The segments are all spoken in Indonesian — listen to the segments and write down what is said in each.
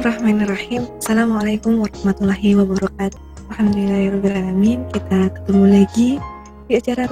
Bismillahirrahmanirrahim. Assalamualaikum warahmatullahi wabarakatuh. Alhamdulillahirrahmanirrahim. Kita ketemu lagi di acara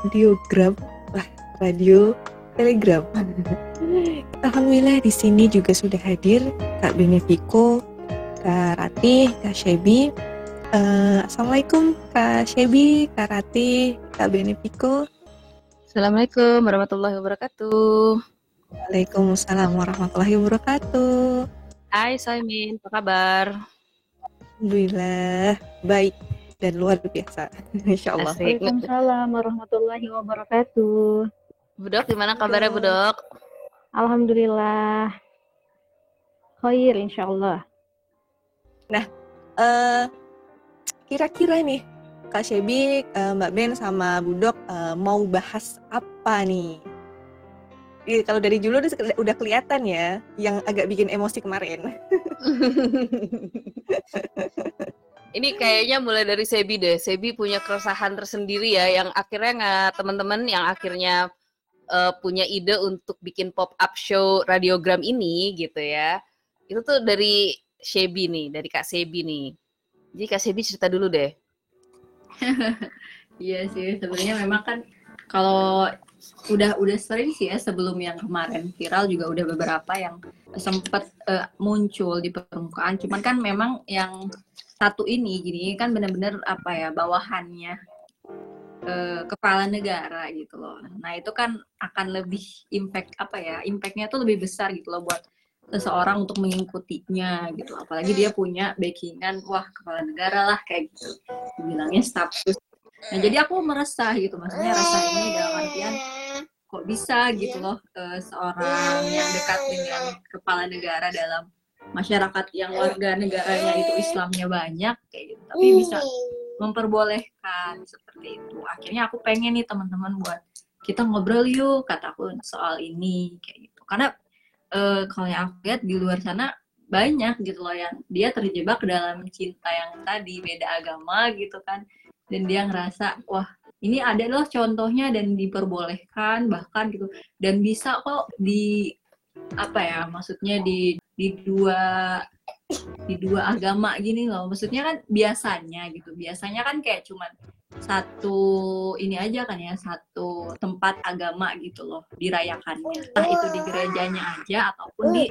radio Telegram. Alhamdulillah di sini juga sudah hadir Kak Benefico, Kak Ratih, Kak Shebi. Assalamualaikum Kak Shebi, Kak Ratih, Kak Benefico. Assalamualaikum warahmatullahi wabarakatuh. Waalaikumsalam warahmatullahi wabarakatuh. Hai Soimin, apa kabar? Alhamdulillah baik dan luar biasa, insya Allah. Waalaikumsalam warahmatullahi wabarakatuh. Budok, gimana kabarnya Budok? Alhamdulillah khair insya Allah. Nah, kira-kira nih Kak Shebi, Mbak Ben sama Budok mau bahas apa nih? Kalau dari dulu udah kelihatan ya yang agak bikin emosi kemarin. Ini kayaknya mulai dari Sebi deh. Sebi punya keresahan tersendiri ya, yang akhirnya teman-teman yang akhirnya punya ide untuk bikin pop-up show radiogram ini gitu ya. Itu tuh dari Sebi nih, dari Kak Sebi nih. Jadi Kak Sebi cerita dulu deh. Iya sih, sebenarnya memang kan kalau udah sering sih ya, sebelum yang kemarin viral juga udah beberapa yang sempat muncul di permukaan. Cuman kan memang yang satu ini gini kan benar-benar apa ya, bawahannya kepala negara gitu loh. Nah itu kan akan lebih impactnya tuh lebih besar gitu loh buat seseorang untuk mengikutinya gitu. Apalagi dia punya backingan, wah kepala negara lah kayak gitu. Bilangnya status. Nah jadi aku meresah gitu, maksudnya rasa ini dalam artian kok bisa gitu loh seorang yang dekat dengan kepala negara dalam masyarakat yang warga negaranya itu Islamnya banyak kayak gitu, tapi bisa memperbolehkan seperti itu. Akhirnya aku pengen nih teman-teman buat kita ngobrol yuk, kataku soal ini kayak gitu. Karena kalau yang aku lihat di luar sana banyak gitu loh yang dia terjebak dalam cinta yang tadi beda agama gitu kan. Dan dia ngerasa, wah ini ada loh contohnya dan diperbolehkan bahkan gitu. Dan bisa kok maksudnya di dua agama gini loh. Maksudnya kan biasanya kan kayak cuman satu ini aja kan ya, satu tempat agama gitu loh dirayakannya. Entah itu di gerejanya aja ataupun di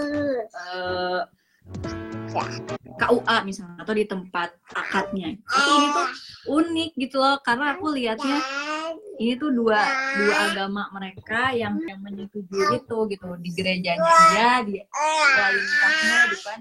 KUA misalnya atau di tempat akadnya. Tapi ini tuh unik gitu loh, karena aku lihatnya ini tuh dua agama mereka yang menyetujui itu gitu, di gerejanya aja, di realitasnya bukan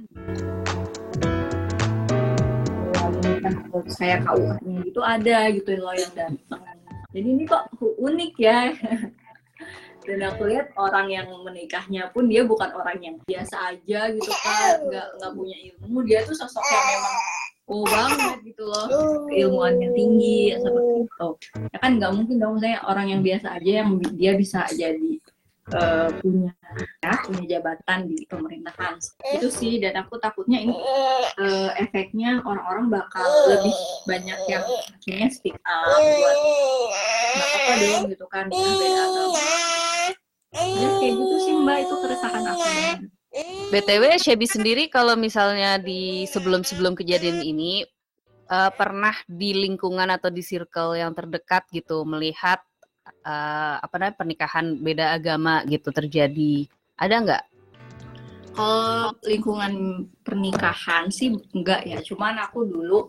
kayak KUA-nya gitu ada gitu loh yang datang. Jadi ini kok unik ya. Dan aku lihat orang yang menikahnya pun dia bukan orang yang biasa aja gitu kan, nggak punya ilmu. Dia tuh sosok yang memang banget gitu loh, keilmuannya tinggi seperti itu. Ya kan nggak mungkin dong saya orang yang biasa aja yang dia bisa jadi punya jabatan di pemerintahan itu sih. Dan aku takutnya ini efeknya orang-orang bakal lebih banyak yang akhirnya speak up buat nggak apa-apa dong gitu kan dengan beda agama. Ya kayak gitu sih Mbak, itu keresahan aku. BTW Shebi sendiri kalau misalnya di sebelum kejadian ini pernah di lingkungan atau di circle yang terdekat gitu melihat pernikahan beda agama gitu terjadi, ada nggak? Kalau lingkungan pernikahan sih enggak ya, cuman aku dulu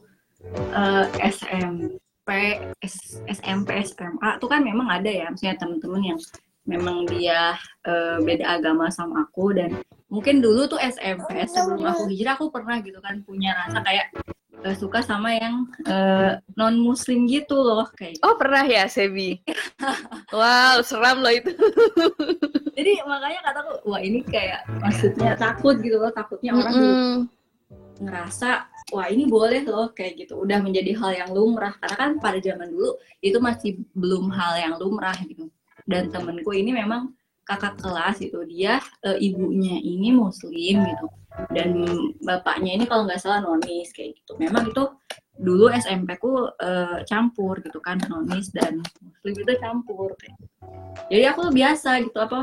SMP, SMA tuh kan memang ada ya, misalnya temen-temen yang memang dia beda agama sama aku. Dan mungkin dulu tuh SMP sebelum aku hijrah aku pernah gitu kan punya rasa kayak suka sama yang non muslim gitu loh kayak. Oh pernah ya Sebi? Wow seram loh itu. Jadi makanya kataku wah ini kayak maksudnya takut gitu loh, takutnya orang ngerasa wah ini boleh loh kayak gitu, udah menjadi hal yang lumrah. Karena kan pada zaman dulu itu masih belum hal yang lumrah gitu. Dan temenku ini memang kakak kelas gitu, dia ibunya ini muslim gitu dan bapaknya ini kalau nggak salah nonis kayak gitu. Memang itu dulu SMP ku campur gitu kan, nonis dan muslim itu campur kayak. Jadi aku biasa gitu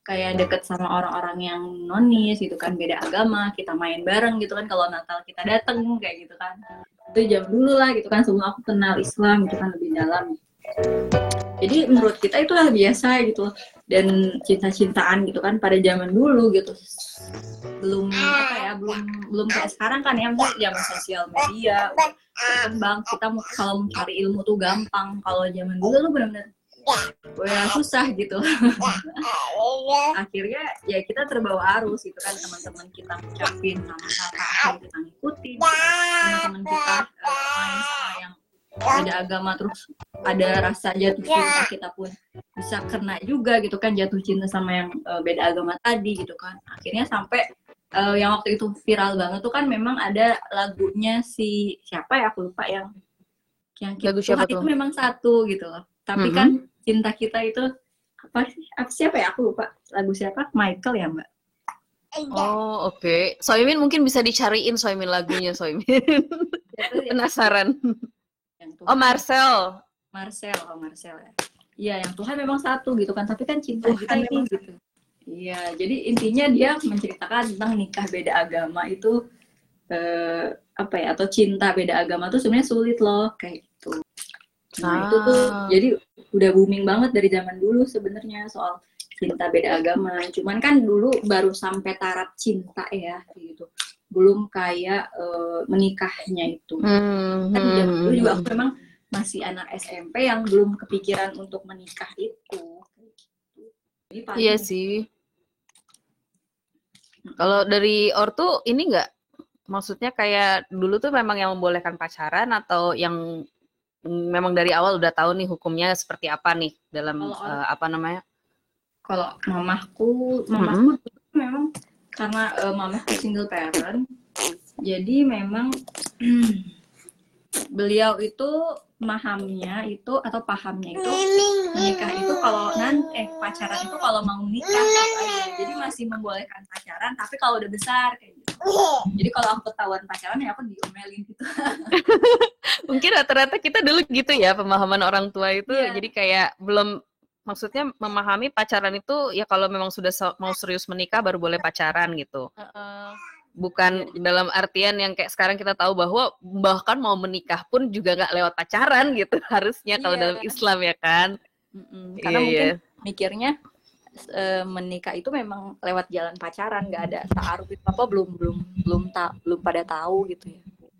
kayak deket sama orang-orang yang nonis gitu kan, beda agama, kita main bareng gitu kan, kalau Natal kita dateng kayak gitu kan. Itu jam dulu lah gitu kan, sebelum aku kenal Islam gitu kan lebih dalam. Jadi menurut kita itulah biasa gitu, dan cinta-cintaan gitu kan pada zaman dulu gitu. Belum apa ya, belum kayak sekarang kan ya, zaman sosial media berkembang, kita kalau mencari ilmu tuh gampang. Kalau zaman dulu lu benar-benar susah gitu. Akhirnya ya kita terbawa arus gitu kan, teman-teman kita ngucapin sama kita ngikutin, teman-teman kita main sama yang beda agama, terus ada rasa jatuh cinta, kita pun bisa kena juga gitu kan, jatuh cinta sama yang beda agama tadi gitu kan. Akhirnya sampai yang waktu itu viral banget tuh kan, memang ada lagunya si siapa ya, aku lupa, yang lagu siapa itu tuh? memang satu gitu loh, tapi kan cinta kita itu siapa ya, aku lupa lagu siapa, Michael ya Mbak. Oh oke. Soimin mungkin bisa dicariin Soimin lagunya Soimin. Penasaran. Oh Marcel ya. Iya, yang Tuhan memang satu gitu kan, tapi kan cinta kita ini gitu. Iya, jadi intinya dia menceritakan tentang nikah beda agama itu apa ya, atau cinta beda agama tuh sebenarnya sulit loh kayak gitu. Nah, itu tuh jadi udah booming banget dari zaman dulu sebenarnya soal cinta beda agama. Cuman kan dulu baru sampai taraf cinta ya gitu. Belum kayak menikahnya itu. Kan zaman dulu juga aku memang masih anak SMP yang belum kepikiran untuk menikah itu. Iya sih. Kalau dari ortu ini enggak, maksudnya kayak dulu tuh memang yang membolehkan pacaran, atau yang memang dari awal udah tahu nih hukumnya seperti apa nih dalam apa namanya? Kalau mamaku memang karena mamaku single parent, jadi memang beliau itu pahamnya itu menikah itu kalau pacaran itu kalau mau nikah aja. Jadi masih membolehkan pacaran, tapi kalau udah besar kayak gitu. Jadi kalau aku ketahuan pacaran ya aku diomelin gitu. Mungkin rata-rata kita dulu gitu ya, pemahaman orang tua itu. Jadi kayak belum, maksudnya memahami pacaran itu ya kalau memang sudah mau serius menikah baru boleh pacaran gitu. Bukan dalam artian yang kayak sekarang kita tahu bahwa bahkan mau menikah pun juga nggak lewat pacaran gitu harusnya kalau dalam Islam ya kan. Karena mungkin mikirnya menikah itu memang lewat jalan pacaran, nggak ada ta'aruf itu apa, belum pada tahu gitu ya.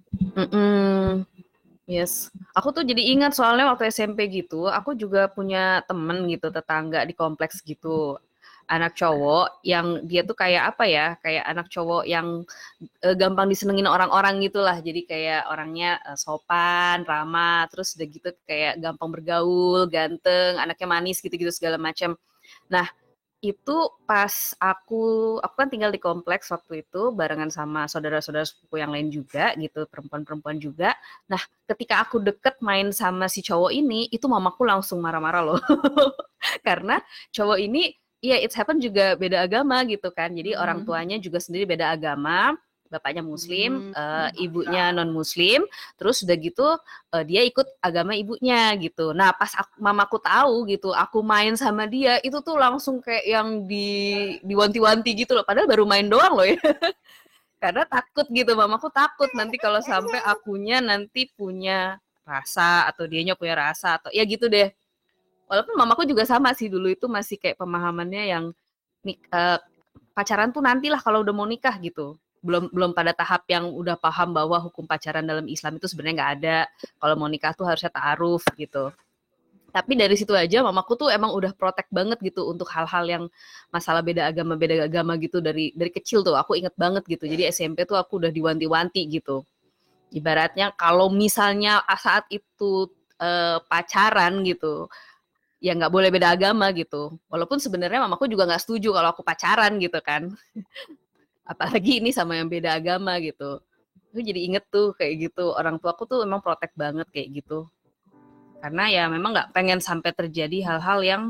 Yes, aku tuh jadi ingat soalnya waktu SMP gitu, aku juga punya temen gitu, tetangga di kompleks gitu, anak cowok yang dia tuh kayak apa ya, kayak anak cowok yang gampang disenengin orang-orang gitulah. Jadi kayak orangnya sopan, ramah, terus udah gitu kayak gampang bergaul, ganteng, anaknya manis gitu-gitu segala macam. Nah, itu pas aku kan tinggal di kompleks waktu itu barengan sama saudara-saudara sepupu yang lain juga gitu, perempuan-perempuan juga. Nah, ketika aku deket main sama si cowok ini, itu mamaku langsung marah-marah loh. Karena cowok ini it's happen juga beda agama gitu kan. Jadi orang tuanya juga sendiri beda agama, bapaknya muslim, ibunya non muslim, terus udah gitu dia ikut agama ibunya gitu. Nah, pas mamaku tahu gitu, aku main sama dia, itu tuh langsung kayak yang diwanti-wanti gitu loh, padahal baru main doang loh ya. Karena takut gitu, mamaku takut nanti kalau sampai akunya nanti punya rasa atau dianya punya rasa atau ya gitu deh. Walaupun mamaku juga sama sih, dulu itu masih kayak pemahamannya yang pacaran tuh nantilah kalau udah mau nikah gitu. Belum pada tahap yang udah paham bahwa hukum pacaran dalam Islam itu sebenarnya nggak ada. Kalau mau nikah tuh harusnya ta'aruf gitu. Tapi dari situ aja mamaku tuh emang udah protect banget gitu untuk hal-hal yang masalah beda agama gitu dari kecil tuh. Aku inget banget gitu. Jadi SMP tuh aku udah diwanti-wanti gitu. Ibaratnya kalau misalnya saat itu pacaran gitu, ya nggak boleh beda agama gitu. Walaupun sebenarnya mamaku juga nggak setuju kalau aku pacaran gitu kan. Apalagi ini sama yang beda agama gitu. Aku jadi inget tuh kayak gitu. Orang tuaku tuh memang protect banget kayak gitu. Karena ya memang nggak pengen sampai terjadi hal-hal yang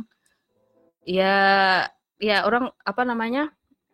ya orang apa namanya,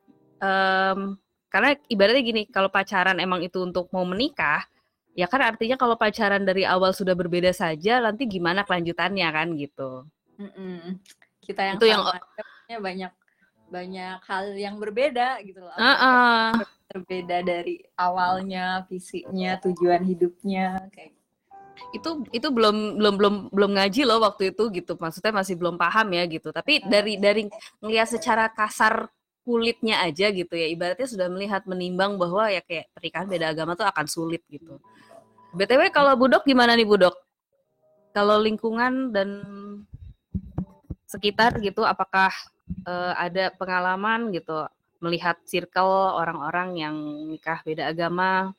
karena ibaratnya gini, kalau pacaran emang itu untuk mau menikah, ya kan artinya kalau pacaran dari awal sudah berbeda saja, nanti gimana kelanjutannya kan gitu. Kita yang itu yang banyak banyak hal yang berbeda gitu loh. Heeh. Berbeda dari awalnya, visinya, tujuan hidupnya kayak Itu belum ngaji loh waktu itu gitu. Maksudnya masih belum paham ya gitu. Tapi dari ngelihat secara kasar kulitnya aja gitu ya, ibaratnya sudah menimbang bahwa ya kayak pernikahan beda agama tuh akan sulit gitu. BTW kalau Budok gimana nih Budok? Kalau lingkungan dan sekitar gitu, apakah ada pengalaman gitu melihat circle orang-orang yang nikah beda agama?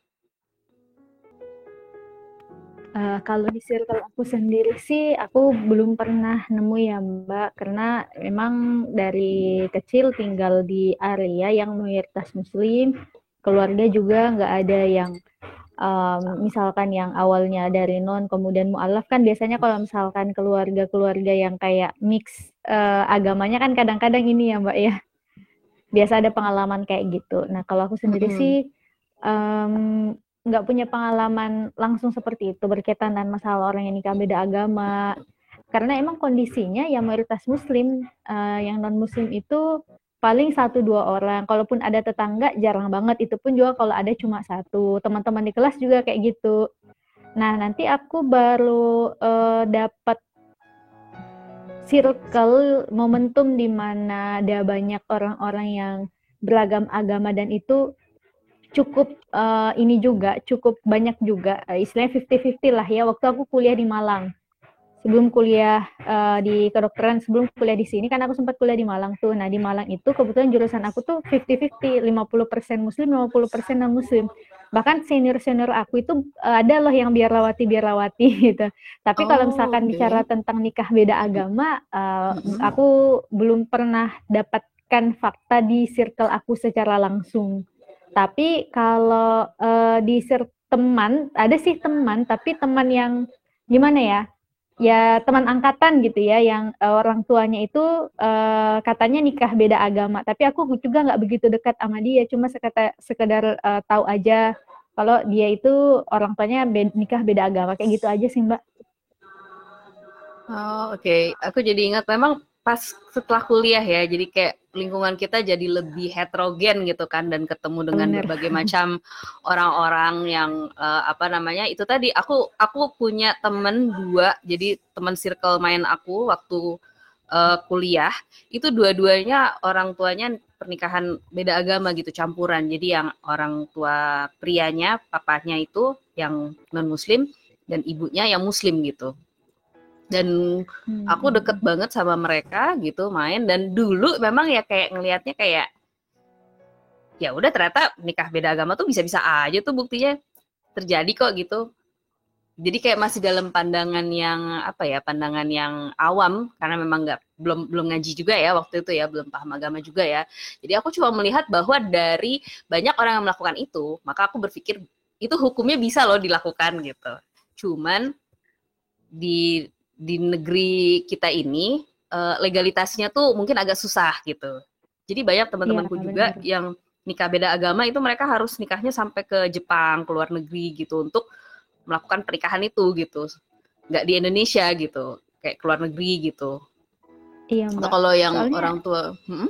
Kalau di circle aku sendiri sih, aku belum pernah nemu ya Mbak, karena memang dari kecil tinggal di area yang mayoritas Muslim, keluarga juga nggak ada yang misalkan yang awalnya dari non kemudian mualaf. Kan biasanya kalau misalkan keluarga-keluarga yang kayak mix agamanya kan kadang-kadang ini ya Mbak ya, biasa ada pengalaman kayak gitu. Nah kalau aku sendiri sih nggak punya pengalaman langsung seperti itu berkaitan dengan masalah orang yang nikah beda agama, karena emang kondisinya ya mayoritas Muslim, yang non Muslim itu paling 1-2 orang, kalaupun ada tetangga jarang banget, itu pun juga kalau ada cuma 1, teman-teman di kelas juga kayak gitu. Nah nanti aku baru dapat circle momentum di mana ada banyak orang-orang yang beragam agama, dan itu cukup ini juga cukup banyak juga, istilahnya 50-50 lah ya. Waktu aku kuliah di Malang, sebelum kuliah di kedokteran, sebelum kuliah di sini kan aku sempat kuliah di Malang tuh. Nah di Malang itu kebetulan jurusan aku tuh 50-50, 50% Muslim, 50% non Muslim. Bahkan senior aku itu ada loh yang biarawati gitu. Tapi kalau misalkan bicara tentang nikah beda agama, aku belum pernah dapatkan fakta di circle aku secara langsung. Tapi kalau di teman, ada sih teman, tapi teman yang gimana ya? Ya teman angkatan gitu ya, yang orang tuanya itu katanya nikah beda agama. Tapi aku juga nggak begitu dekat sama dia, cuma sekedar tahu aja kalau dia itu orang tuanya nikah beda agama, kayak gitu aja sih Mbak. Oh, oke. Aku jadi ingat memang pas setelah kuliah ya, jadi kayak lingkungan kita jadi lebih heterogen gitu kan, dan ketemu dengan berbagai macam orang-orang yang itu tadi aku punya temen 2, jadi teman circle main aku waktu kuliah itu dua-duanya orang tuanya pernikahan beda agama gitu, campuran. Jadi yang orang tua prianya, papanya itu yang non Muslim dan ibunya yang Muslim gitu. Dan aku deket banget sama mereka gitu, main. Dan dulu memang ya kayak ngelihatnya kayak ya udah, ternyata nikah beda agama tuh bisa-bisa aja tuh buktinya terjadi kok gitu. Jadi kayak masih dalam pandangan yang pandangan yang awam, karena memang belum ngaji juga ya waktu itu ya, belum paham agama juga ya. Jadi aku cuma melihat bahwa dari banyak orang yang melakukan itu, maka aku berpikir itu hukumnya bisa loh dilakukan gitu. Cuman di negeri kita ini legalitasnya tuh mungkin agak susah gitu. Jadi banyak teman-temanku juga yang nikah beda agama itu mereka harus nikahnya sampai ke Jepang, ke luar negeri gitu untuk melakukan pernikahan itu gitu. Nggak di Indonesia gitu, kayak ke luar negeri gitu. Iya Mbak. Atau kalau yang soalnya, orang tua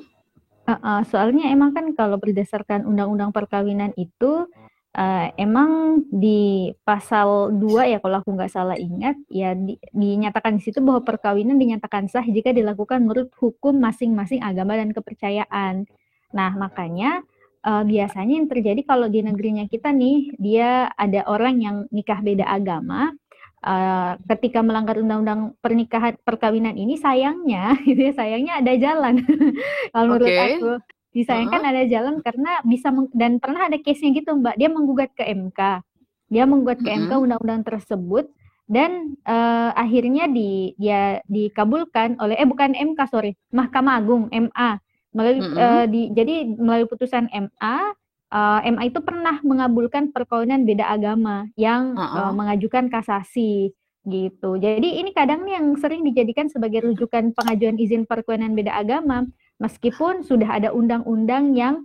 soalnya emang kan kalau berdasarkan undang-undang perkawinan itu emang di pasal 2 ya kalau aku nggak salah ingat ya, dinyatakan di situ bahwa perkawinan dinyatakan sah jika dilakukan menurut hukum masing-masing agama dan kepercayaan. Nah makanya biasanya yang terjadi kalau di negerinya kita nih, dia ada orang yang nikah beda agama, ketika melanggar undang-undang perkawinan ini sayangnya gitu ya, sayangnya ada jalan. Kalau menurut aku disayangkan ada jalan, karena bisa dan pernah ada case-nya gitu Mbak, dia menggugat ke MK. Dia menggugat ke MK undang-undang tersebut, dan akhirnya dia dikabulkan oleh bukan MK, sorry, Mahkamah Agung, MA. Jadi melalui putusan MA, MA itu pernah mengabulkan perkawinan beda agama yang mengajukan kasasi gitu. Jadi ini kadang nih yang sering dijadikan sebagai rujukan pengajuan izin perkawinan beda agama, meskipun sudah ada undang-undang yang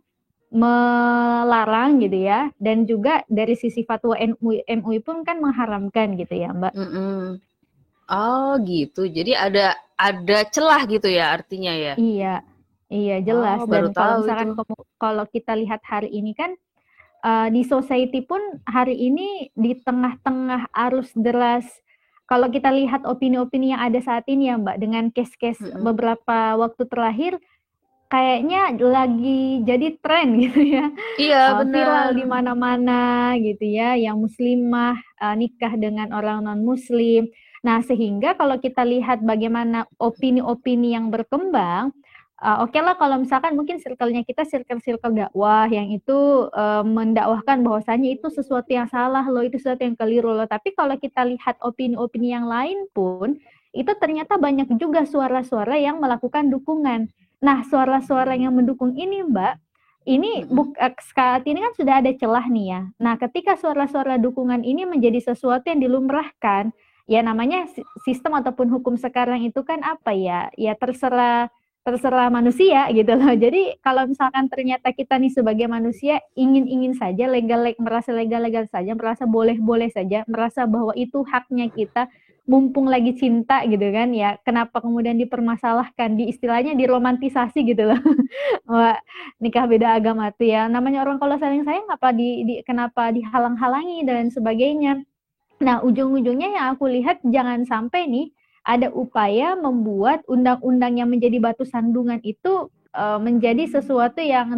melarang gitu ya, dan juga dari sisi fatwa MUI pun kan mengharamkan gitu ya Mbak. Oh gitu, jadi ada celah gitu ya artinya ya? Iya. Iya, jelas. Oh, baru Dan kalau tahu misalkan itu. kalau kita lihat hari ini kan di society pun hari ini di tengah-tengah arus deras, kalau kita lihat opini-opini yang ada saat ini ya Mbak, dengan case-case Mm-mm. beberapa waktu terakhir, kayaknya lagi jadi tren gitu ya. Iya, Viral benar. di mana-mana gitu ya, yang muslimah nikah dengan orang non-muslim. Nah, sehingga kalau kita lihat bagaimana opini-opini yang berkembang, oke lah kalau misalkan mungkin circle-nya kita circle-circle dakwah yang itu mendakwahkan bahwasanya itu sesuatu yang salah loh, itu sesuatu yang keliru loh. Tapi kalau kita lihat opini-opini yang lain pun, itu ternyata banyak juga suara-suara yang melakukan dukungan. Nah, suara-suara yang mendukung ini, Mbak, ini saat ini kan sudah ada celah nih ya. Nah, ketika suara-suara dukungan ini menjadi sesuatu yang dilumrahkan, ya namanya sistem ataupun hukum sekarang itu kan apa ya? Ya terserah manusia gitu loh. Jadi kalau misalkan ternyata kita nih sebagai manusia ingin saja merasa legal saja, merasa boleh saja, merasa bahwa itu haknya kita, mumpung lagi cinta gitu kan ya, kenapa kemudian dipermasalahkan, istilahnya diromantisasi gitu loh. Wah, nikah beda agama tuh ya. Namanya orang kalau saling sayang kenapa dihalang-halangi dan sebagainya. Nah, ujung-ujungnya yang aku lihat jangan sampai nih ada upaya membuat undang-undang yang menjadi batu sandungan itu menjadi sesuatu yang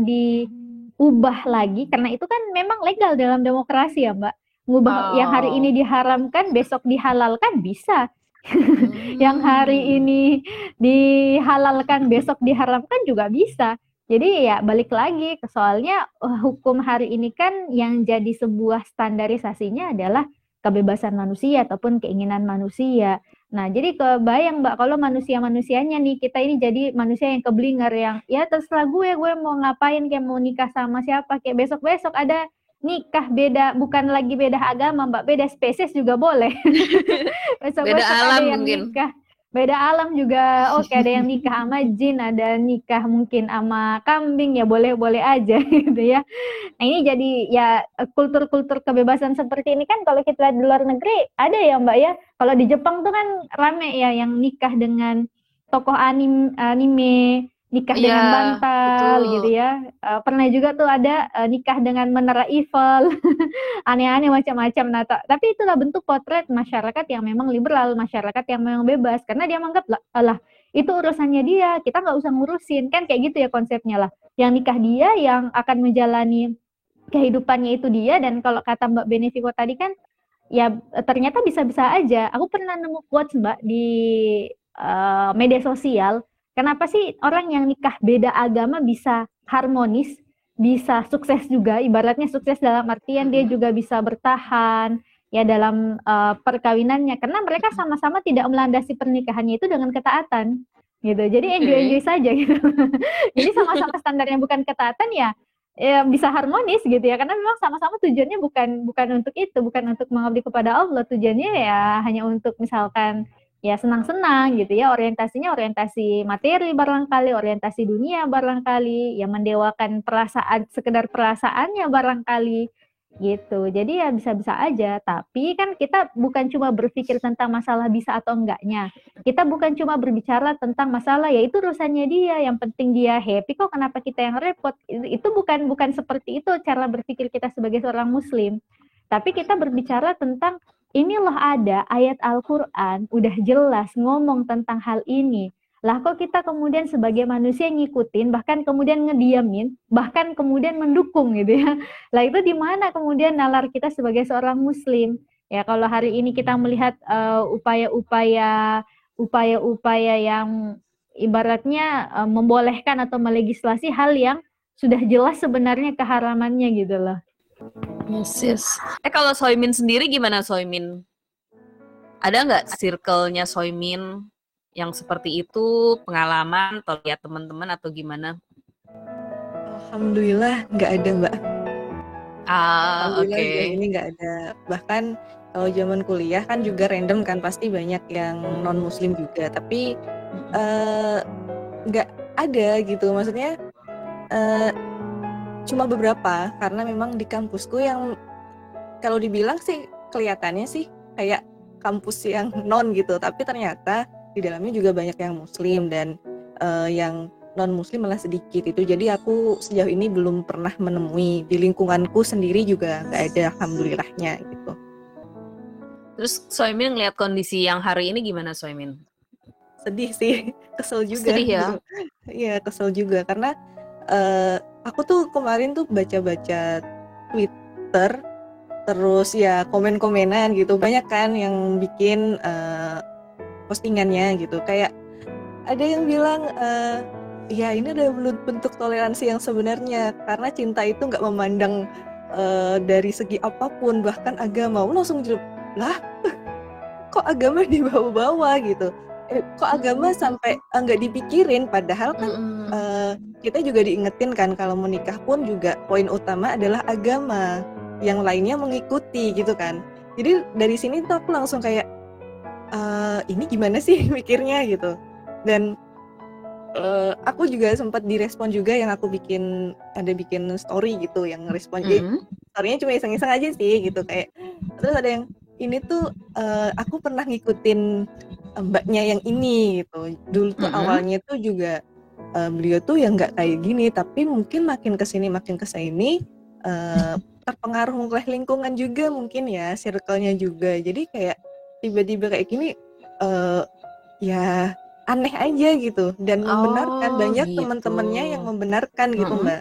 diubah lagi, karena itu kan memang legal dalam demokrasi ya, Mbak. Ngubah yang hari ini diharamkan besok dihalalkan bisa. Yang hari ini dihalalkan besok diharamkan juga bisa. Jadi ya balik lagi ke soalnya hukum hari ini kan yang jadi sebuah standarisasinya adalah kebebasan manusia ataupun keinginan manusia. Nah, jadi kebayang Mbak kalau manusia-manusianya nih, kita ini jadi manusia yang keblinger, yang ya terserah gue mau ngapain, kayak mau nikah sama siapa, kayak besok-besok ada nikah bukan lagi beda agama Mbak, beda spesies juga boleh. Beda Besok-besok ada alam yang mungkin. nikah beda alam juga, oke, ada yang nikah sama jin, ada nikah mungkin sama kambing, ya boleh-boleh aja gitu ya. Nah, ini jadi ya kultur-kultur kebebasan seperti ini kan kalau kita lihat di luar negeri ada ya Mbak ya. Kalau di Jepang tuh kan rame ya yang nikah dengan tokoh anime, nikah dengan bantal betul. gitu ya. Pernah juga tuh ada nikah dengan menara Eiffel. Aneh-aneh macam-macam. Nah, tapi itulah bentuk potret masyarakat yang memang liberal, masyarakat yang memang bebas, karena dia menganggap lah itu urusannya dia, kita nggak usah ngurusin, kan kayak gitu ya konsepnya lah. Yang nikah dia, yang akan menjalani kehidupannya itu dia. Dan kalau kata Mbak Benefico tadi kan, ya ternyata bisa-bisa aja. Aku pernah nemu quotes Mbak di media sosial, kenapa sih orang yang nikah beda agama bisa harmonis, bisa sukses juga, ibaratnya sukses dalam artian dia juga bisa bertahan ya dalam perkawinannya, karena mereka sama-sama tidak melandasi pernikahannya itu dengan ketaatan gitu. Jadi enjoy saja gitu. Jadi sama-sama standarnya bukan ketaatan, ya bisa harmonis gitu ya, karena memang sama-sama tujuannya bukan untuk itu, bukan untuk mengabdi kepada Allah, tujuannya ya hanya untuk misalkan ya senang-senang gitu ya, orientasinya orientasi materi barangkali, orientasi dunia barangkali, ya mendewakan perasaan, sekedar perasaannya barangkali gitu. Jadi ya bisa-bisa aja, tapi kan kita bukan cuma berpikir tentang masalah bisa atau enggaknya, kita bukan cuma berbicara tentang masalah ya itu urusannya dia, yang penting dia happy kok, kenapa kita yang repot. Itu bukan seperti itu cara berpikir kita sebagai seorang muslim. Tapi kita berbicara tentang ini loh, ada ayat Al-Quran udah jelas ngomong tentang hal ini. Lah kok kita kemudian sebagai manusia ngikutin, bahkan kemudian ngediamin, bahkan kemudian mendukung gitu ya. Lah itu di mana kemudian nalar kita sebagai seorang muslim? Ya kalau hari ini kita melihat upaya-upaya yang ibaratnya membolehkan atau melegislasi hal yang sudah jelas sebenarnya keharamannya gitu loh. Yes. Kalau Soimin sendiri gimana, Soimin? Ada nggak circle-nya Soimin yang seperti itu, pengalaman atau lihat teman-teman atau gimana? Alhamdulillah nggak ada Mbak. Alhamdulillah Oke. ini nggak ada. Bahkan kalau zaman kuliah kan juga random kan, pasti banyak yang non muslim juga, tapi nggak ada gitu, maksudnya cuma beberapa, karena memang di kampusku yang kalau dibilang sih kelihatannya sih kayak kampus yang non gitu, tapi ternyata di dalamnya juga banyak yang muslim dan yang non muslim malah sedikit itu. Jadi aku sejauh ini belum pernah menemui, di lingkunganku sendiri juga nggak ada, alhamdulillahnya gitu. Terus Soimin ngeliat kondisi yang hari ini gimana Soimin? Sedih sih, kesel juga. Sedih ya? Gitu. Iya, kesel juga karena aku tuh kemarin tuh baca-baca Twitter, terus ya komen-komenan gitu, banyak kan yang bikin postingannya gitu, kayak ada yang bilang ya ini adalah bentuk toleransi yang sebenarnya, karena cinta itu nggak memandang dari segi apapun, bahkan agama. Langsung jawab, lah kok agama dibawa-bawa gitu, kok agama sampai nggak dipikirin, padahal kan kita juga diingetin kan kalau menikah pun juga poin utama adalah agama, yang lainnya mengikuti gitu kan. Jadi dari sini tuh aku langsung kayak ini gimana sih mikirnya gitu. Dan aku juga sempat direspon juga, yang aku bikin story gitu, yang respon storynya cuma iseng-iseng aja sih gitu, kayak terus ada yang ini tuh aku pernah ngikutin mbaknya yang ini gitu, dulu tuh awalnya tuh juga beliau tuh yang nggak kayak gini, tapi mungkin makin kesini terpengaruh oleh lingkungan juga mungkin ya, circle-nya juga, jadi kayak tiba-tiba kayak gini ya aneh aja gitu, dan membenarkan banyak gitu. teman-temannya yang membenarkan gitu Mbak.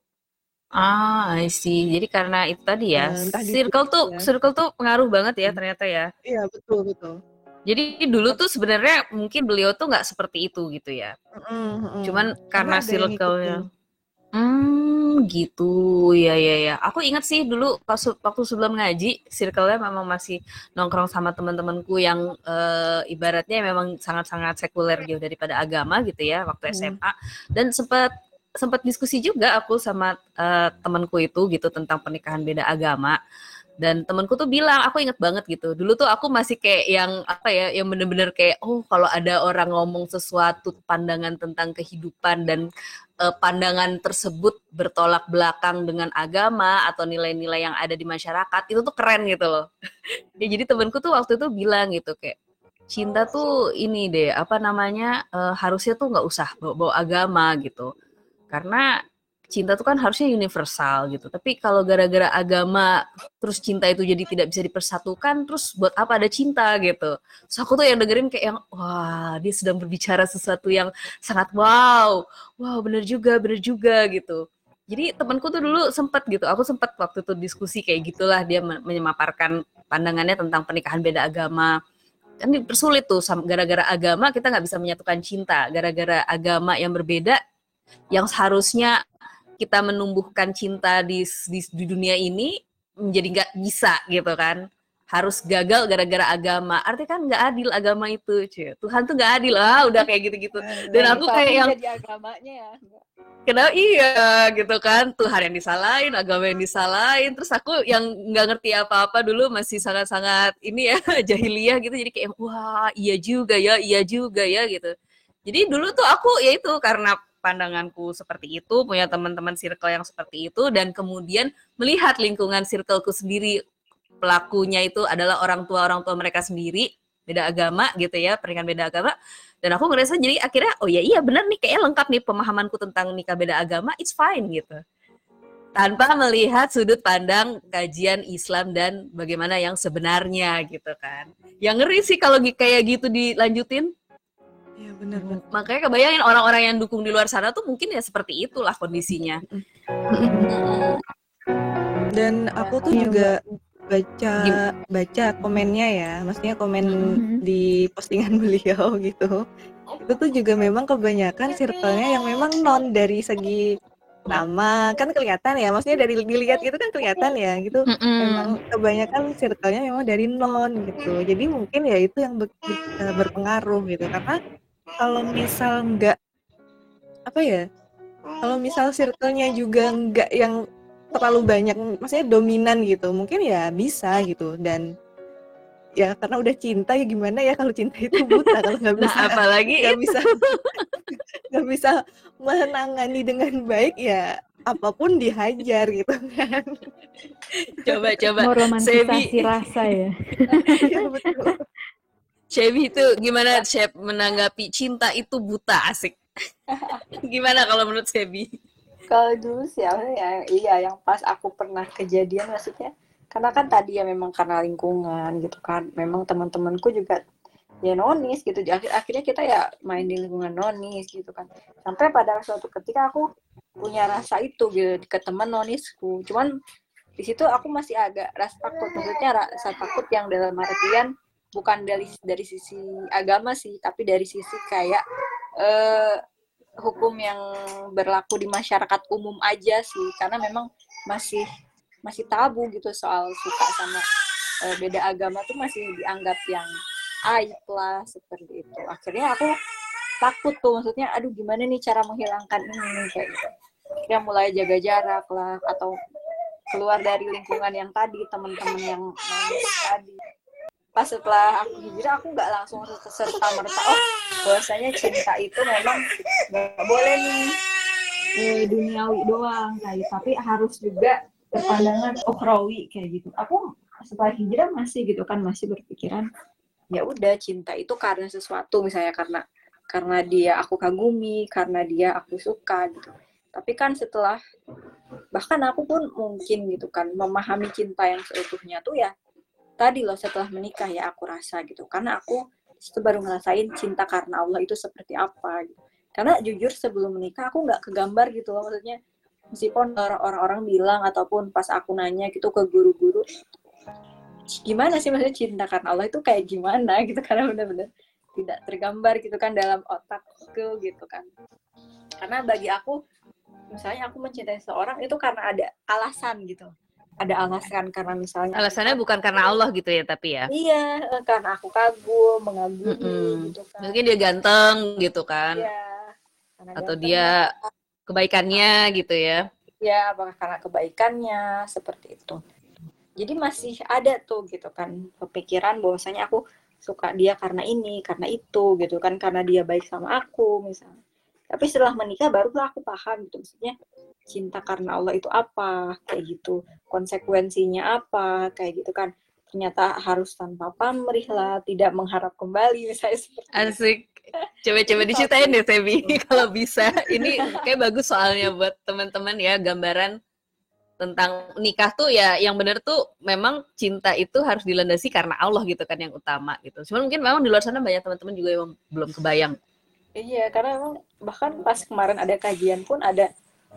I see. Jadi karena itu tadi ya, circle tuh pengaruh banget ya ternyata ya. Iya, betul. Jadi dulu tuh sebenarnya mungkin beliau tuh nggak seperti itu gitu ya. Cuman karena circle-nya. Gitu. Ya. Aku ingat sih dulu waktu sebelum ngaji, circle-nya memang masih nongkrong sama teman-temanku yang ibaratnya memang sangat-sangat sekuler jauh daripada agama gitu ya waktu SMA. Dan sempat diskusi juga aku sama temanku itu gitu tentang pernikahan beda agama. Dan temanku tuh bilang, aku inget banget gitu, dulu tuh aku masih kayak yang bener-bener kayak kalau ada orang ngomong sesuatu pandangan tentang kehidupan dan pandangan tersebut bertolak belakang dengan agama atau nilai-nilai yang ada di masyarakat, itu tuh keren gitu loh. Ya, jadi temanku tuh waktu itu bilang gitu kayak, cinta tuh ini deh harusnya tuh nggak usah bawa agama gitu, karena cinta itu kan harusnya universal gitu. Tapi kalau gara-gara agama terus cinta itu jadi tidak bisa dipersatukan, terus buat apa ada cinta gitu. So aku tuh yang dengerin kayak yang wah, dia sedang berbicara sesuatu yang sangat wow bener juga gitu. Jadi temanku tuh dulu sempat gitu, aku sempat waktu itu diskusi kayak gitulah, dia menyemaparkan pandangannya tentang pernikahan beda agama. Kan dipersulit tuh, gara-gara agama kita nggak bisa menyatukan cinta, gara-gara agama yang berbeda yang seharusnya kita menumbuhkan cinta di dunia ini menjadi nggak bisa gitu kan, harus gagal gara-gara agama. Artinya kan nggak adil agama itu, cuy. Tuhan tuh nggak adil udah kayak gitu-gitu. Dan aku kayak yang jadi agamanya ya. Kenapa iya gitu kan, Tuhan yang disalahin, agama yang disalahin. Terus aku yang nggak ngerti apa-apa dulu, masih sangat-sangat ini ya jahiliyah gitu, jadi kayak wah iya juga ya gitu. Jadi dulu tuh aku ya itu karena pandanganku seperti itu, punya teman-teman circle yang seperti itu, dan kemudian melihat lingkungan circleku sendiri, pelakunya itu adalah orang tua mereka sendiri, beda agama gitu ya, pernikahan beda agama, dan aku ngerasa jadi akhirnya, iya benar nih, kayaknya lengkap nih pemahamanku tentang nikah beda agama, it's fine gitu. Tanpa melihat sudut pandang kajian Islam dan bagaimana yang sebenarnya gitu kan. Yang ngeri sih kalau kayak gitu dilanjutin. Iya benar. Makanya kebayangin orang-orang yang dukung di luar sana tuh mungkin ya seperti itulah kondisinya. Dan aku tuh juga baca komennya ya, maksudnya komen di postingan beliau gitu. Itu tuh juga memang kebanyakan circle-nya yang memang non dari segi nama, kan kelihatan ya, maksudnya dari dilihat gitu kan kelihatan ya gitu. Memang kebanyakan circle-nya memang dari non gitu. Jadi mungkin ya itu yang berpengaruh gitu, karena kalau misal kalau misal circle-nya juga nggak yang terlalu banyak, maksudnya dominan gitu, mungkin ya bisa gitu. Dan ya karena udah cinta ya gimana ya, kalau cinta itu buta, kalau nggak bisa apalagi nggak bisa menangani dengan baik ya apapun dihajar gitu kan. Coba meromantisasi rasa ya. Ya betul. Shebi itu gimana Shep menanggapi cinta itu buta? Asik. Gimana kalau menurut Sebi? Kalau dulu sih ya, iya yang pas aku pernah kejadian maksudnya, karena kan tadi ya memang karena lingkungan gitu kan, memang teman-temanku juga ya nonis gitu, akhirnya kita ya main di lingkungan nonis gitu kan, sampai pada suatu ketika aku punya rasa itu gitu ke teman nonisku, cuman di situ aku masih agak rasa takut, maksudnya rasa takut yang dalam artian bukan dari sisi agama sih, tapi dari sisi kayak hukum yang berlaku di masyarakat umum aja sih, karena memang masih tabu gitu soal suka sama beda agama tuh masih dianggap yang aib lah seperti itu. Akhirnya aku takut tuh, maksudnya aduh gimana nih cara menghilangkan ini kayak gitu. Akhirnya mulai jaga jarak lah, atau keluar dari lingkungan yang tadi, teman-teman yang tadi. Pas setelah aku hijrah, aku nggak langsung serta-merta bahwasanya cinta itu memang nggak boleh nih duniawi doang kayak, tapi harus juga berpandangan ukhrawi kayak gitu. Aku setelah hijrah masih gitu kan, masih berpikiran ya udah cinta itu karena sesuatu, misalnya karena dia aku kagumi, karena dia aku suka gitu. Tapi kan setelah, bahkan aku pun mungkin gitu kan memahami cinta yang seutuhnya tuh ya tadi loh setelah menikah ya aku rasa gitu, karena aku itu baru ngerasain cinta karena Allah itu seperti apa gitu. Karena jujur sebelum menikah aku nggak kegambar gitu loh, maksudnya meskipun orang-orang bilang ataupun pas aku nanya gitu ke guru-guru, gimana sih maksudnya cinta karena Allah itu kayak gimana gitu, karena benar-benar tidak tergambar gitu kan dalam otakku gitu kan. Karena bagi aku, misalnya aku mencintai seorang itu karena ada alasan gitu, ada alasan, karena misalnya alasannya bukan karena Allah gitu ya, tapi ya iya, karena aku kagum, mengagumi gitu kan. Mungkin dia ganteng gitu kan, Iya, atau dia kebaikannya gitu ya. Ya, apakah karena kebaikannya seperti itu. Jadi masih ada tuh gitu kan kepikiran bahwasanya aku suka dia karena ini, karena itu gitu kan, karena dia baik sama aku misalnya. Tapi setelah menikah barulah aku paham gitu, maksudnya cinta karena Allah itu apa, kayak gitu. Konsekuensinya apa, kayak gitu kan. Ternyata harus tanpa pamrih lah, tidak mengharap kembali misalnya seperti itu. Asik. Coba-coba diceritain deh Sebi kalau bisa. Ini kayak bagus soalnya buat teman-teman ya, gambaran tentang nikah tuh ya yang benar tuh memang cinta itu harus dilandasi karena Allah gitu kan yang utama gitu. Cuman mungkin memang di luar sana banyak teman-teman juga yang belum kebayang. Iya, karena emang bahkan pas kemarin ada kajian pun ada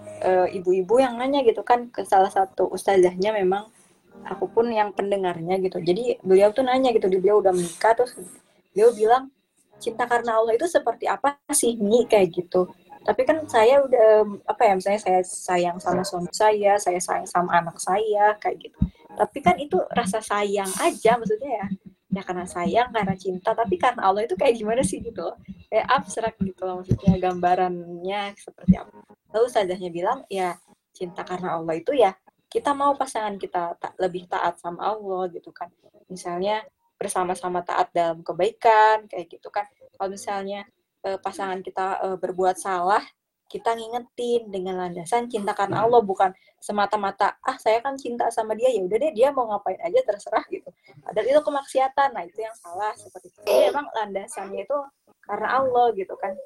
ibu-ibu yang nanya gitu kan ke salah satu ustazahnya, memang aku pun yang pendengarnya gitu. Jadi beliau tuh nanya gitu, beliau udah menikah terus beliau bilang cinta karena Allah itu seperti apa sih Mi, kayak gitu. Tapi kan saya udah misalnya saya sayang sama suami saya sayang sama anak saya kayak gitu. Tapi kan itu rasa sayang aja, maksudnya ya karena sayang, karena cinta, tapi karena Allah itu kayak gimana sih gitu. Kayak abstrak gitu loh, maksudnya gambarannya seperti apa. Lalu ustazahnya bilang ya cinta karena Allah itu ya kita mau pasangan kita lebih taat sama Allah gitu kan. Misalnya bersama-sama taat dalam kebaikan kayak gitu kan. Kalau misalnya pasangan kita berbuat salah, kita ngingetin dengan landasan cinta karena Allah, bukan semata-mata saya kan cinta sama dia, ya udah deh dia mau ngapain aja terserah gitu. Padahal itu kemaksiatan. Nah, itu yang salah seperti itu. Jadi memang landasannya itu karena Allah gitu kan.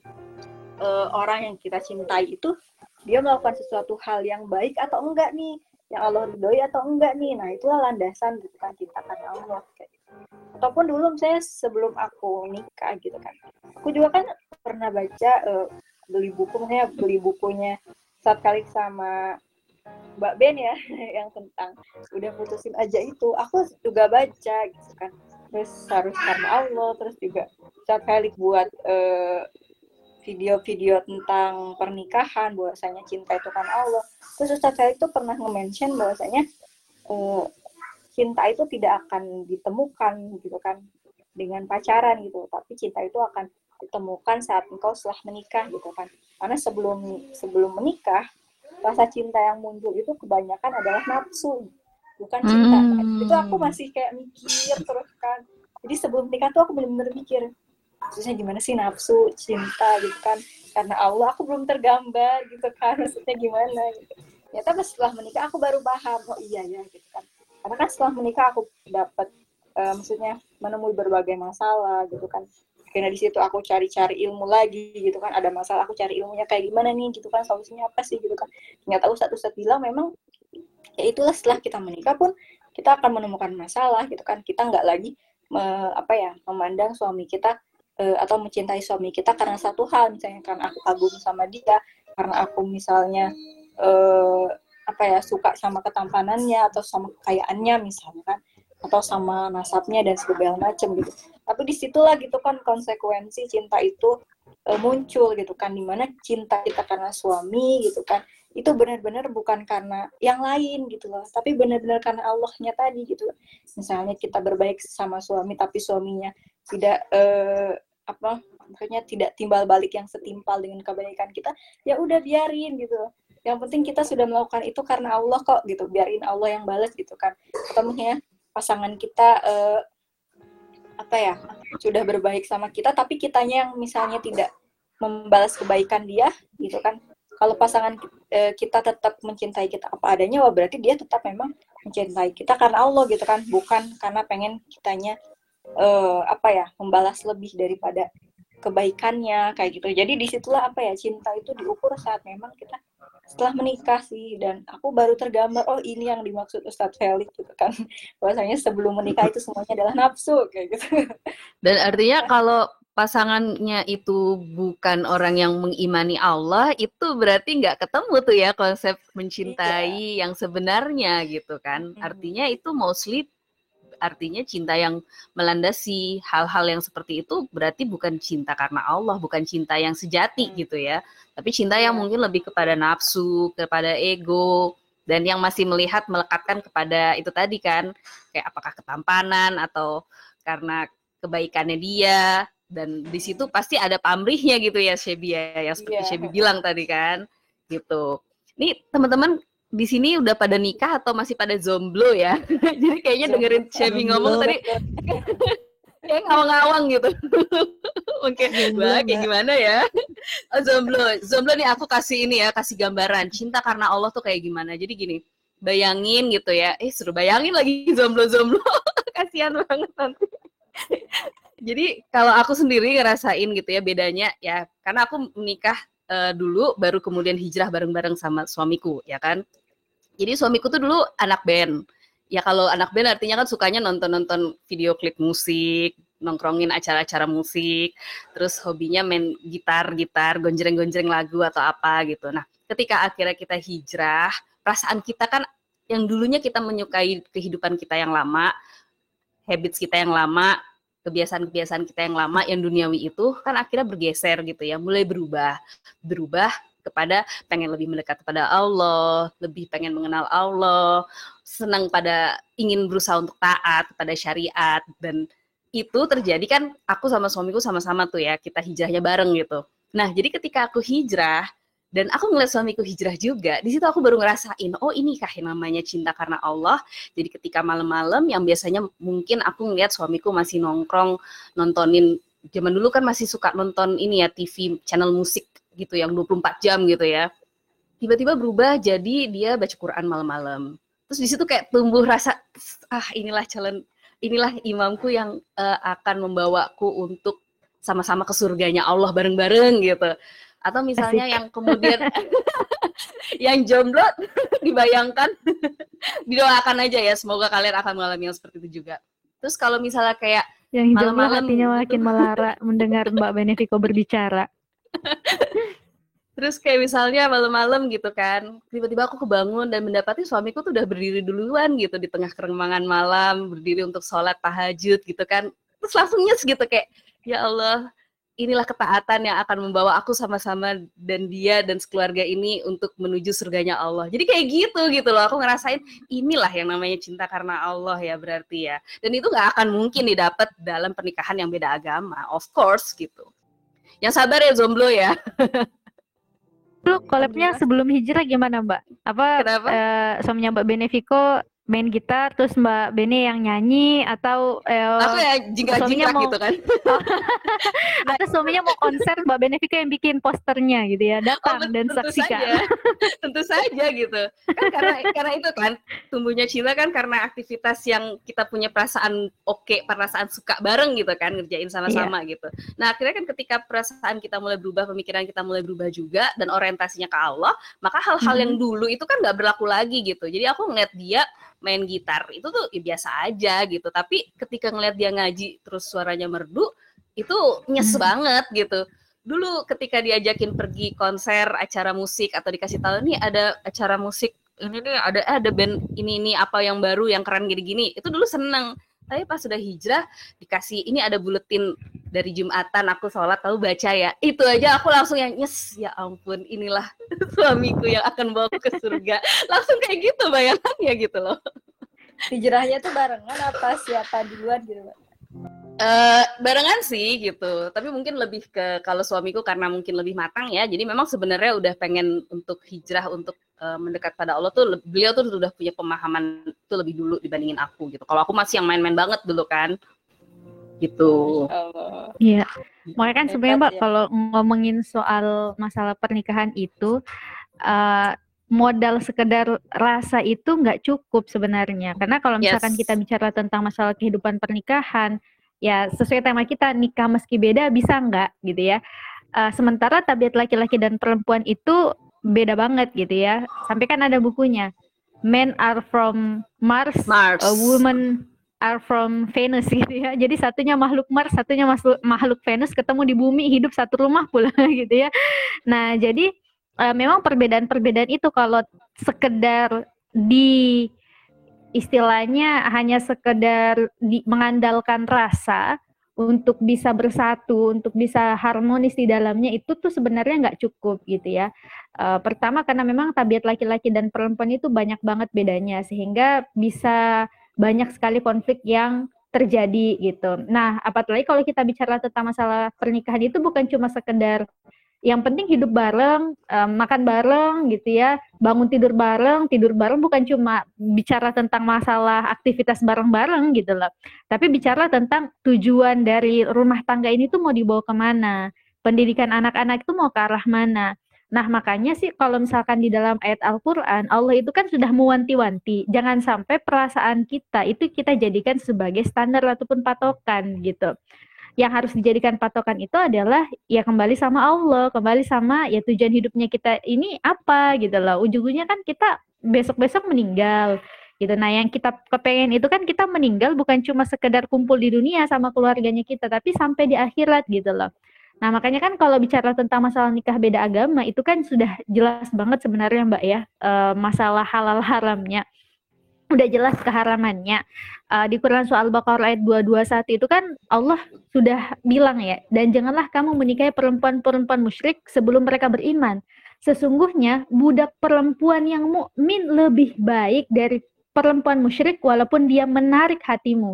Orang yang kita cintai itu dia melakukan sesuatu hal yang baik atau enggak nih, yang Allah ridhoi atau enggak nih. Nah, itulah landasan gitu kan, cinta karena Allah kayak gitu. Ataupun dulu misalnya sebelum aku nikah gitu kan, aku juga kan pernah baca beli bukunya Saat Kalik sama Mbak Ben ya yang tentang udah putusin aja itu, aku juga baca gitu kan. Terus harus karena Allah, terus juga Saat Kalik buat video-video tentang pernikahan, bahwasanya cinta itu kan Allah. Terus Ustaz Khalid itu pernah nge-mention bahwasanya cinta itu tidak akan ditemukan gitu kan dengan pacaran gitu, tapi cinta itu akan ditemukan saat engkau setelah menikah gitu kan. Karena sebelum menikah, rasa cinta yang muncul itu kebanyakan adalah nafsu, bukan cinta. Itu aku masih kayak mikir terus kan. Jadi sebelum nikah tuh aku benar-benar mikir, maksudnya gimana sih nafsu cinta gitu kan, karena Allah aku belum tergambar gitu kan, maksudnya gimana gitu. Ya tapi setelah menikah aku baru paham, oh iya ya gitu kan. Karena kan setelah menikah aku dapat maksudnya menemui berbagai masalah gitu kan. Akhirnya di situ aku cari-cari ilmu lagi gitu kan, ada masalah aku cari ilmunya kayak gimana nih gitu kan, solusinya apa sih gitu kan. Ternyata Ustadz bilang memang ya itulah, setelah kita menikah pun kita akan menemukan masalah gitu kan. Kita nggak lagi memandang suami kita atau mencintai suami kita karena satu hal, misalnya karena aku kagum sama dia, karena aku misalnya suka sama ketampanannya atau sama kekayaannya misalnya kan, atau sama nasabnya dan segala macam gitu. Tapi disitulah gitu kan konsekuensi cinta itu muncul gitu kan, dimana cinta kita karena suami gitu kan, itu benar-benar bukan karena yang lain gitu loh, tapi benar-benar karena Allahnya tadi gitu. Misalnya kita berbaik sama suami tapi suaminya tidak maksudnya tidak timbal balik yang setimpal dengan kebaikan kita, ya udah biarin gitu. Yang penting kita sudah melakukan itu karena Allah kok gitu, biarin Allah yang balas gitu kan. Atau mungkin pasangan kita sudah berbaik sama kita tapi kitanya yang misalnya tidak membalas kebaikan dia gitu kan. Kalau pasangan kita tetap mencintai kita apa adanya, wah berarti dia tetap memang mencintai kita karena Allah gitu kan, bukan karena pengen kitanya membalas lebih daripada kebaikannya kayak gitu. Jadi disitulah cinta itu diukur saat memang kita setelah menikah sih. Dan aku baru tergambar, oh ini yang dimaksud Ustadz Felix gitu kan, bahwasanya sebelum menikah itu semuanya adalah nafsu kayak gitu. Dan artinya kalau pasangannya itu bukan orang yang mengimani Allah, itu berarti nggak ketemu tuh ya konsep mencintai yang sebenarnya gitu kan. Artinya itu mostly artinya cinta yang melandasi hal-hal yang seperti itu berarti bukan cinta karena Allah, bukan cinta yang sejati gitu ya. Tapi cinta yang mungkin lebih kepada nafsu, kepada ego, dan yang masih melekatkan kepada itu tadi kan, kayak apakah ketampanan atau karena kebaikannya dia. Dan di situ pasti ada pamrihnya gitu ya Shebi ya, yang seperti Shebi bilang tadi kan gitu. Nih teman-teman di sini udah pada nikah atau masih pada jomblo ya? Jadi kayaknya dengerin Shebi ngomong tadi kayak ngawang-ngawang gitu. Oke, wah kayak gimana ya? Oh, jomblo nih aku kasih gambaran cinta karena Allah tuh kayak gimana. Jadi gini, bayangin gitu ya. Suruh bayangin lagi jomblo. Kasihan banget nanti. Jadi kalau aku sendiri ngerasain gitu ya bedanya ya, karena aku menikah dulu baru kemudian hijrah bareng-bareng sama suamiku ya kan. Jadi suamiku tuh dulu anak band. Ya kalau anak band artinya kan sukanya nonton-nonton video klip musik, nongkrongin acara-acara musik, terus hobinya main gitar, gonjreng-gonjreng lagu atau apa gitu. Nah, ketika akhirnya kita hijrah, perasaan kita kan yang dulunya kita menyukai kehidupan kita yang lama, habits kita yang lama, kebiasaan-kebiasaan kita yang lama, yang duniawi itu kan akhirnya bergeser gitu ya, mulai berubah kepada pengen lebih mendekat kepada Allah, lebih pengen mengenal Allah, senang pada ingin berusaha untuk taat kepada syariat. Dan itu terjadi kan aku sama suamiku sama-sama tuh ya, kita hijrahnya bareng gitu. Nah jadi ketika aku hijrah dan aku ngeliat suamiku hijrah juga, di situ aku baru ngerasain, oh ini kah yang namanya cinta karena Allah. Jadi ketika malam-malam yang biasanya mungkin aku ngeliat suamiku masih nongkrong, nontonin, zaman dulu kan masih suka nonton ini ya, TV channel musik gitu yang 24 jam gitu ya. Tiba-tiba berubah jadi dia baca Quran malam-malam. Terus di situ kayak tumbuh rasa, inilah imamku yang akan membawaku untuk sama-sama ke surganya Allah bareng-bareng gitu. Atau misalnya yang kemudian yang jomblo dibayangkan, didoakan aja ya, semoga kalian akan mengalami yang seperti itu juga. Terus kalau misalnya kayak yang malam-malam hatinya makin melara mendengar Mbak Benefico berbicara. Terus kayak misalnya malam-malam gitu kan, tiba-tiba aku kebangun dan mendapati suamiku tuh udah berdiri duluan gitu di tengah keremangan malam, berdiri untuk sholat tahajud gitu kan. Terus langsung nyes gitu kayak, ya Allah, inilah ketaatan yang akan membawa aku sama-sama dan dia dan sekeluarga ini untuk menuju surganya Allah. Jadi kayak gitu loh, aku ngerasain inilah yang namanya cinta karena Allah ya berarti ya. Dan itu gak akan mungkin didapat dalam pernikahan yang beda agama, of course gitu. Yang sabar ya jomblo ya. Lu collabnya sebelum hijrah gimana Mbak? Apa suaminya Mbak Benefico main gitar, terus Mbak Bene yang nyanyi, atau Aku ya jingkrak-jingkrak mau gitu kan. atau suaminya mau konser, Mbak Benefika yang bikin posternya gitu ya, datang dan tentu saksikan. saja. Tentu saja gitu. Kan karena itu kan tumbuhnya cinta kan karena aktivitas yang kita punya perasaan perasaan suka bareng gitu kan, ngerjain sama-sama gitu. Nah, akhirnya kan ketika perasaan kita mulai berubah, pemikiran kita mulai berubah juga dan orientasinya ke Allah, maka hal-hal yang dulu itu kan nggak berlaku lagi gitu. Jadi aku ngeliat dia main gitar itu tuh ya biasa aja gitu, tapi ketika ngeliat dia ngaji terus suaranya merdu itu nyes banget gitu. Dulu ketika diajakin pergi konser, acara musik, atau dikasih tahu nih ada acara musik ini nih, ada band ini apa yang baru yang keren gini-gini, itu dulu seneng. Tapi pas sudah hijrah dikasih ini ada buletin dari Jumatan, aku sholat tahu baca ya, itu aja aku langsung yang nyes, ya ampun inilah suamiku yang akan bawa ke surga. Langsung kayak gitu bayangannya gitu loh. Hijrahnya tuh barengan apa siapa duluan gitu, Mbak? Barengan sih gitu, tapi mungkin lebih ke kalau suamiku karena mungkin lebih matang ya, jadi memang sebenarnya udah pengen untuk hijrah untuk mendekat pada Allah tuh, beliau tuh udah punya pemahaman itu lebih dulu dibandingin aku gitu. Kalau aku masih yang main-main banget dulu kan, gitu. Iya, makanya kan sebenarnya Mbak ya. kalau ngomongin soal masalah pernikahan itu modal sekedar rasa itu nggak cukup sebenarnya, karena kalau misalkan kita bicara tentang masalah kehidupan pernikahan, ya sesuai tema kita nikah meski beda bisa nggak gitu ya. Sementara tabiat laki-laki dan perempuan itu beda banget gitu ya. Sampai kan ada bukunya, Men are from Mars. Women are from Venus gitu ya. Jadi satunya makhluk Mars, satunya makhluk Venus, ketemu di bumi, hidup satu rumah pula gitu ya. Nah, jadi memang perbedaan-perbedaan itu kalau sekedar di istilahnya hanya sekedar mengandalkan rasa untuk bisa bersatu, untuk bisa harmonis di dalamnya, itu tuh sebenarnya nggak cukup gitu ya. Pertama karena memang tabiat laki-laki dan perempuan itu banyak banget bedanya, sehingga bisa banyak sekali konflik yang terjadi gitu. Nah, apalagi kalau kita bicara tentang masalah pernikahan itu bukan cuma sekedar yang penting hidup bareng, makan bareng gitu ya, bangun tidur bareng bukan cuma bicara tentang masalah aktivitas bareng-bareng gitu loh. Tapi bicara tentang tujuan dari rumah tangga ini tuh mau dibawa kemana, pendidikan anak-anak itu mau ke arah mana. Nah, makanya sih kalau misalkan di dalam ayat Al-Quran, Allah itu kan sudah mewanti-wanti, jangan sampai perasaan kita itu kita jadikan sebagai standar ataupun patokan gitu. Yang harus dijadikan patokan itu adalah ya kembali sama Allah, kembali sama ya tujuan hidupnya kita ini apa gitu loh. Ujung-ujungnya kan kita besok-besok meninggal gitu. Nah, yang kita kepengen itu kan kita meninggal bukan cuma sekedar kumpul di dunia sama keluarganya kita, tapi sampai di akhirat gitu loh. Nah, makanya kan kalau bicara tentang masalah nikah beda agama itu kan sudah jelas banget sebenarnya Mbak ya, masalah halal haramnya. Udah jelas keharamannya. Di Quran surah Al-Baqarah ayat 221 itu kan Allah sudah bilang ya, dan janganlah kamu menikahi perempuan-perempuan musyrik sebelum mereka beriman. Sesungguhnya budak perempuan yang mukmin lebih baik dari perempuan musyrik walaupun dia menarik hatimu.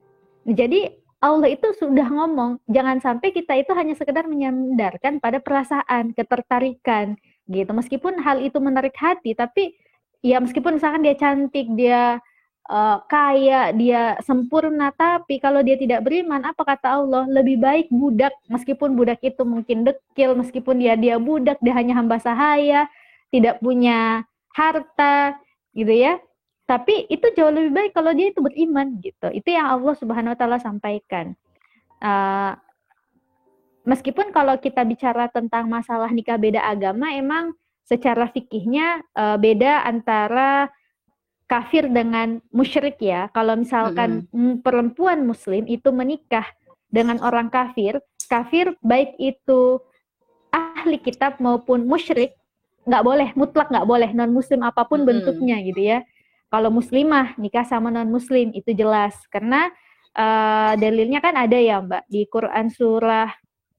Jadi Allah itu sudah ngomong, jangan sampai kita itu hanya sekedar menyandarkan pada perasaan, ketertarikan gitu. Meskipun hal itu menarik hati, tapi ya meskipun misalkan dia cantik, dia kaya, dia sempurna, tapi kalau dia tidak beriman, apa kata Allah? Lebih baik budak, meskipun budak itu mungkin dekil, meskipun dia budak, dia hanya hamba sahaya, tidak punya harta, gitu ya. Tapi itu jauh lebih baik kalau dia itu beriman, gitu. Itu yang Allah Subhanahu Wa Taala sampaikan. Meskipun kalau kita bicara tentang masalah nikah beda agama, emang secara fikihnya beda antara kafir dengan musyrik ya. Kalau misalkan perempuan muslim itu menikah dengan orang kafir baik itu ahli kitab maupun musyrik, nggak boleh, mutlak nggak boleh, non muslim apapun bentuknya gitu ya. Kalau muslimah nikah sama non muslim itu jelas, karena dalilnya kan ada ya Mbak di Quran surah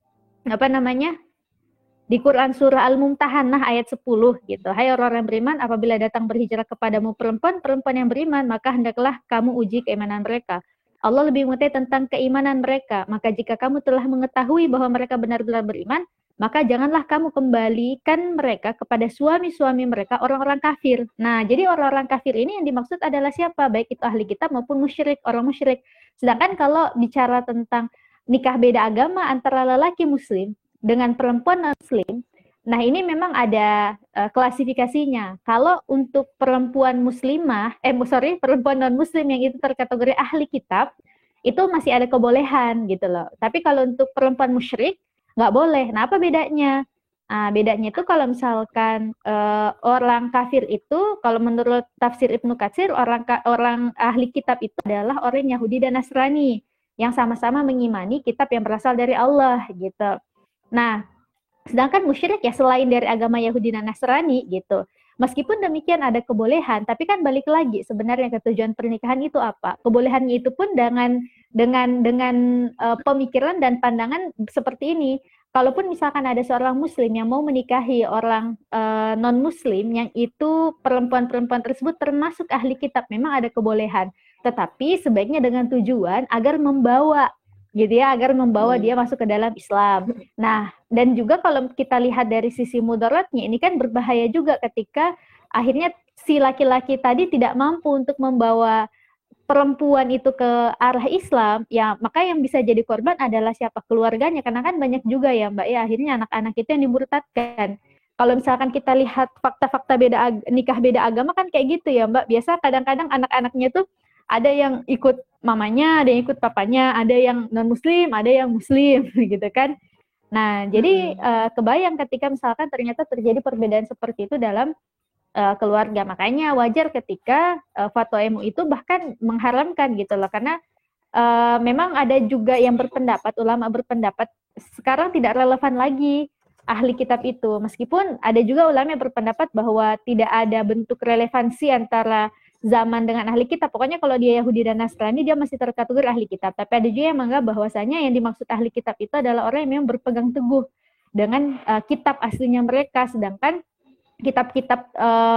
di Quran surah Al-Mumtahanah ayat 10 gitu. Hai orang yang beriman, apabila datang berhijrah kepadamu perempuan yang beriman, maka hendaklah kamu uji keimanan mereka. Allah lebih mengetahui tentang keimanan mereka. Maka jika kamu telah mengetahui bahwa mereka benar-benar beriman, maka janganlah kamu kembalikan mereka kepada suami-suami mereka orang-orang kafir. Nah, jadi orang-orang kafir ini yang dimaksud adalah siapa? Baik itu ahli kitab maupun musyrik, orang musyrik. Sedangkan kalau bicara tentang nikah beda agama antara lelaki muslim dengan perempuan non-muslim, nah ini memang ada klasifikasinya. Kalau untuk perempuan muslimah, perempuan non-muslim yang itu terkategori ahli kitab, itu masih ada kebolehan gitu loh. Tapi kalau untuk perempuan musyrik, nggak boleh. Nah, apa bedanya? Nah, bedanya itu kalau misalkan orang kafir itu, kalau menurut tafsir Ibnu Katsir, orang ahli kitab itu adalah orang Yahudi dan Nasrani yang sama-sama mengimani kitab yang berasal dari Allah gitu. Nah, sedangkan musyrik ya selain dari agama Yahudi dan Nasrani gitu. Meskipun demikian ada kebolehan, tapi kan balik lagi sebenarnya ke tujuan pernikahan itu apa? Kebolehannya itu pun dengan pemikiran dan pandangan seperti ini. Kalaupun misalkan ada seorang muslim yang mau menikahi orang non-muslim yang itu perempuan-perempuan tersebut termasuk ahli kitab, memang ada kebolehan. Tetapi sebaiknya dengan tujuan agar membawa gitu ya, agar membawa dia masuk ke dalam Islam. Nah, dan juga kalau kita lihat dari sisi mudaratnya, ini kan berbahaya juga ketika akhirnya si laki-laki tadi tidak mampu untuk membawa perempuan itu ke arah Islam, ya maka yang bisa jadi korban adalah siapa? Keluarganya, karena kan banyak juga ya Mbak ya, akhirnya anak-anak itu yang dimurtadkan. Kalau misalkan kita lihat fakta-fakta nikah beda agama kan kayak gitu ya Mbak, biasa kadang-kadang anak-anaknya tuh ada yang ikut mamanya, ada yang ikut papanya, ada yang non-muslim, ada yang muslim, gitu kan. Nah, jadi kebayang ketika misalkan ternyata terjadi perbedaan seperti itu dalam keluarga. Makanya wajar ketika fatwa MUI itu bahkan mengharamkan gitu loh, karena memang ada juga yang berpendapat, ulama berpendapat sekarang tidak relevan lagi ahli kitab itu. Meskipun ada juga ulama yang berpendapat bahwa tidak ada bentuk relevansi antara zaman dengan ahli kitab. Pokoknya kalau dia Yahudi dan Nasrani, dia masih terkategori ahli kitab. Tapi ada juga yang menganggap bahwasanya yang dimaksud ahli kitab itu adalah orang yang memang berpegang teguh dengan kitab aslinya mereka. Sedangkan kitab-kitab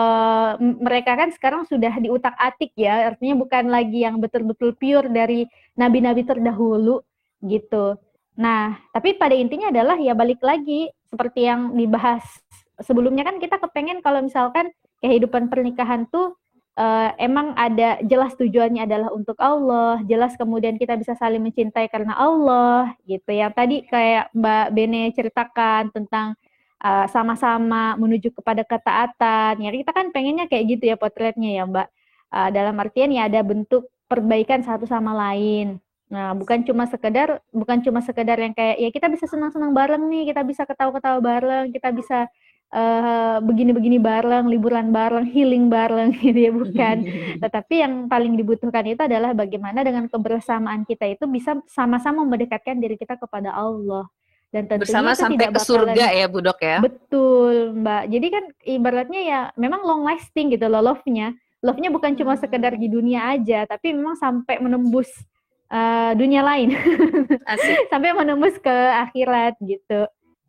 mereka kan sekarang sudah diutak-atik ya. Artinya bukan lagi yang betul-betul pure dari nabi-nabi terdahulu gitu. Nah, tapi pada intinya adalah ya balik lagi seperti yang dibahas sebelumnya kan kita kepengen kalau misalkan kehidupan pernikahan tuh emang ada jelas tujuannya adalah untuk Allah, jelas kemudian kita bisa saling mencintai karena Allah gitu. Yang tadi kayak Mbak Bene ceritakan tentang sama-sama menuju kepada ketaatan. Ya kita kan pengennya kayak gitu ya potretnya ya Mbak. Dalam artian ya ada bentuk perbaikan satu sama lain. Nah, bukan cuma sekedar yang kayak ya kita bisa senang-senang bareng nih, kita bisa ketawa-ketawa bareng, kita bisa begini-begini bareng, liburan bareng, healing bareng gitu ya, bukan. Tetapi yang paling dibutuhkan itu adalah bagaimana dengan kebersamaan kita itu bisa sama-sama mendekatkan diri kita kepada Allah. Dan tentunya bersama itu sampai tidak ke surga ya Bu Dok ya. Betul Mbak. Jadi kan ibaratnya ya memang long lasting gitu loh love-nya. Love-nya bukan cuma sekedar di dunia aja, tapi memang sampai menembus dunia lain. Asik. Sampai menembus ke akhirat gitu.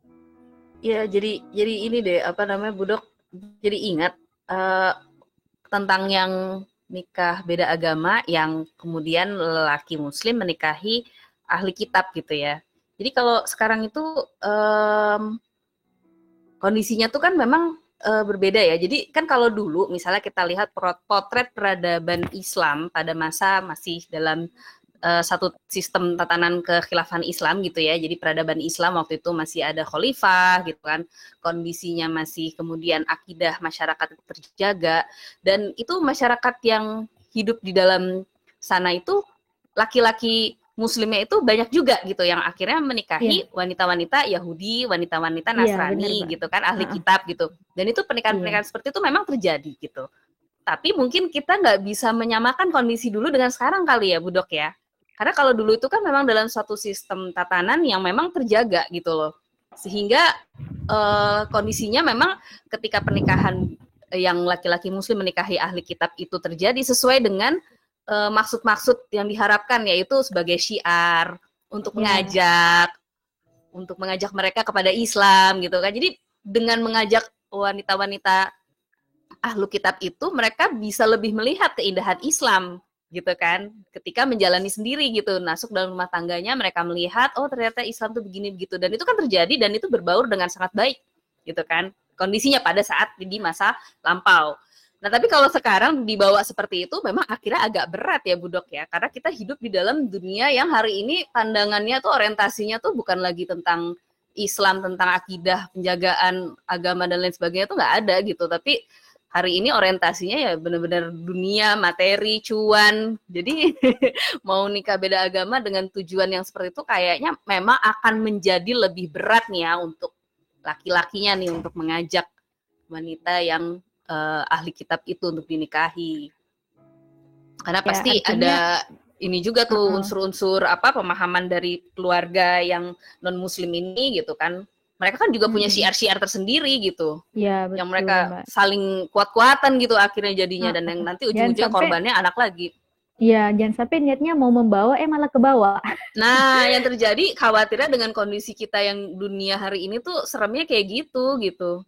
Ya, jadi ini deh Bu Dok. Jadi ingat tentang yang nikah beda agama yang kemudian lelaki muslim menikahi ahli kitab gitu ya. Jadi kalau sekarang itu kondisinya tuh kan memang berbeda ya. Jadi kan kalau dulu misalnya kita lihat potret peradaban Islam pada masa masih dalam satu sistem tatanan kekhilafan Islam gitu ya. Jadi peradaban Islam waktu itu masih ada khalifah gitu kan. Kondisinya masih kemudian akidah masyarakat terjaga. Dan itu masyarakat yang hidup di dalam sana itu laki-laki muslimnya itu banyak juga gitu yang akhirnya menikahi wanita-wanita Yahudi, wanita-wanita Nasrani gitu kan, ahli kitab gitu. Dan itu pernikahan-pernikahan seperti itu memang terjadi gitu. Tapi mungkin kita nggak bisa menyamakan kondisi dulu dengan sekarang kali ya Bu Dok ya. Karena kalau dulu itu kan memang dalam suatu sistem tatanan yang memang terjaga gitu loh. Sehingga kondisinya memang ketika pernikahan yang laki-laki muslim menikahi ahli kitab itu terjadi sesuai dengan maksud-maksud yang diharapkan, yaitu sebagai syiar untuk mengajak mereka kepada Islam gitu kan. Jadi dengan mengajak wanita-wanita ahlu kitab itu mereka bisa lebih melihat keindahan Islam gitu kan, ketika menjalani sendiri gitu, masuk dalam rumah tangganya mereka melihat oh ternyata Islam tuh begini begitu, dan itu kan terjadi dan itu berbaur dengan sangat baik gitu kan kondisinya pada saat di masa lampau. Nah tapi kalau sekarang dibawa seperti itu memang akhirnya agak berat ya Bu Dok ya, karena kita hidup di dalam dunia yang hari ini pandangannya tuh orientasinya tuh bukan lagi tentang Islam, tentang akidah, penjagaan agama dan lain sebagainya tuh nggak ada gitu, tapi hari ini orientasinya ya benar-benar dunia, materi, cuan. Jadi mau nikah beda agama dengan tujuan yang seperti itu kayaknya memang akan menjadi lebih berat nih ya untuk laki-lakinya nih untuk mengajak wanita yang ahli kitab itu untuk dinikahi. Karena Ya, pasti artinya ada ini juga tuh unsur-unsur apa pemahaman dari keluarga yang non muslim ini gitu kan. Mereka kan juga punya syiar-syiar tersendiri gitu. ya betul Yang mereka Mbak. saling kuat-kuatan gitu akhirnya jadinya, dan yang nanti Jangan ujung-ujungnya sampai korbannya anak lagi. ya jangan sampai niatnya mau membawa malah ke bawah. Nah, yang terjadi khawatirnya dengan kondisi kita yang dunia hari ini tuh seremnya kayak gitu gitu.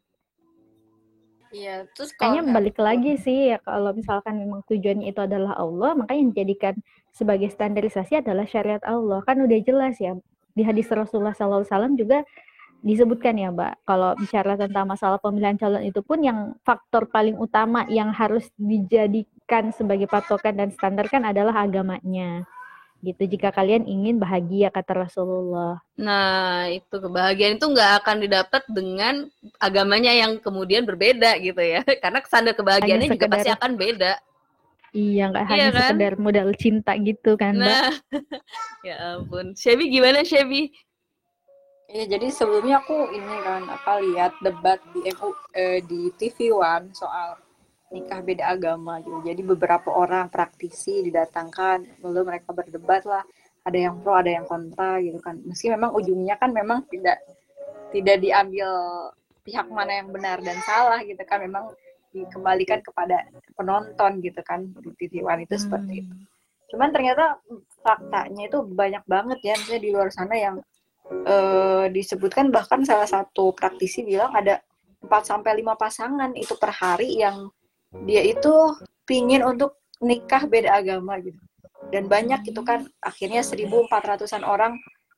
Iya, terus Kayaknya kalau balik lagi sih ya, kalau misalkan memang tujuannya itu adalah Allah, maka yang dijadikan sebagai standarisasi adalah syariat Allah. Kan udah jelas ya, di hadis Rasulullah SAW juga disebutkan ya Mbak, kalau bicara tentang masalah pemilihan calon itu pun yang faktor paling utama yang harus dijadikan sebagai patokan dan standar kan adalah agamanya. Gitu, jika kalian ingin bahagia, kata Rasulullah. Nah, itu kebahagiaan itu nggak akan didapat dengan agamanya yang kemudian berbeda gitu ya. Karena standar kebahagiaannya juga pasti sekedar akan beda. Iya, nggak Iya hanya kan? sekedar modal cinta gitu kan Mbak. Nah, ya ampun. Shelby gimana Shelby? Iya, jadi sebelumnya aku ini kan lihat debat di TV One soal nikah beda agama gitu. Jadi beberapa orang praktisi didatangkan, lalu mereka berdebat lah. Ada yang pro, ada yang kontra gitu kan. Meski memang ujungnya kan memang tidak diambil pihak mana yang benar dan salah gitu kan. Memang dikembalikan kepada penonton gitu kan di TV One itu seperti itu. Cuman ternyata faktanya itu banyak banget ya, misalnya di luar sana yang disebutkan, bahkan salah satu praktisi bilang ada 4-5 pasangan itu per hari yang dia itu pingin untuk nikah beda agama gitu. Dan banyak itu kan akhirnya 1.400-an orang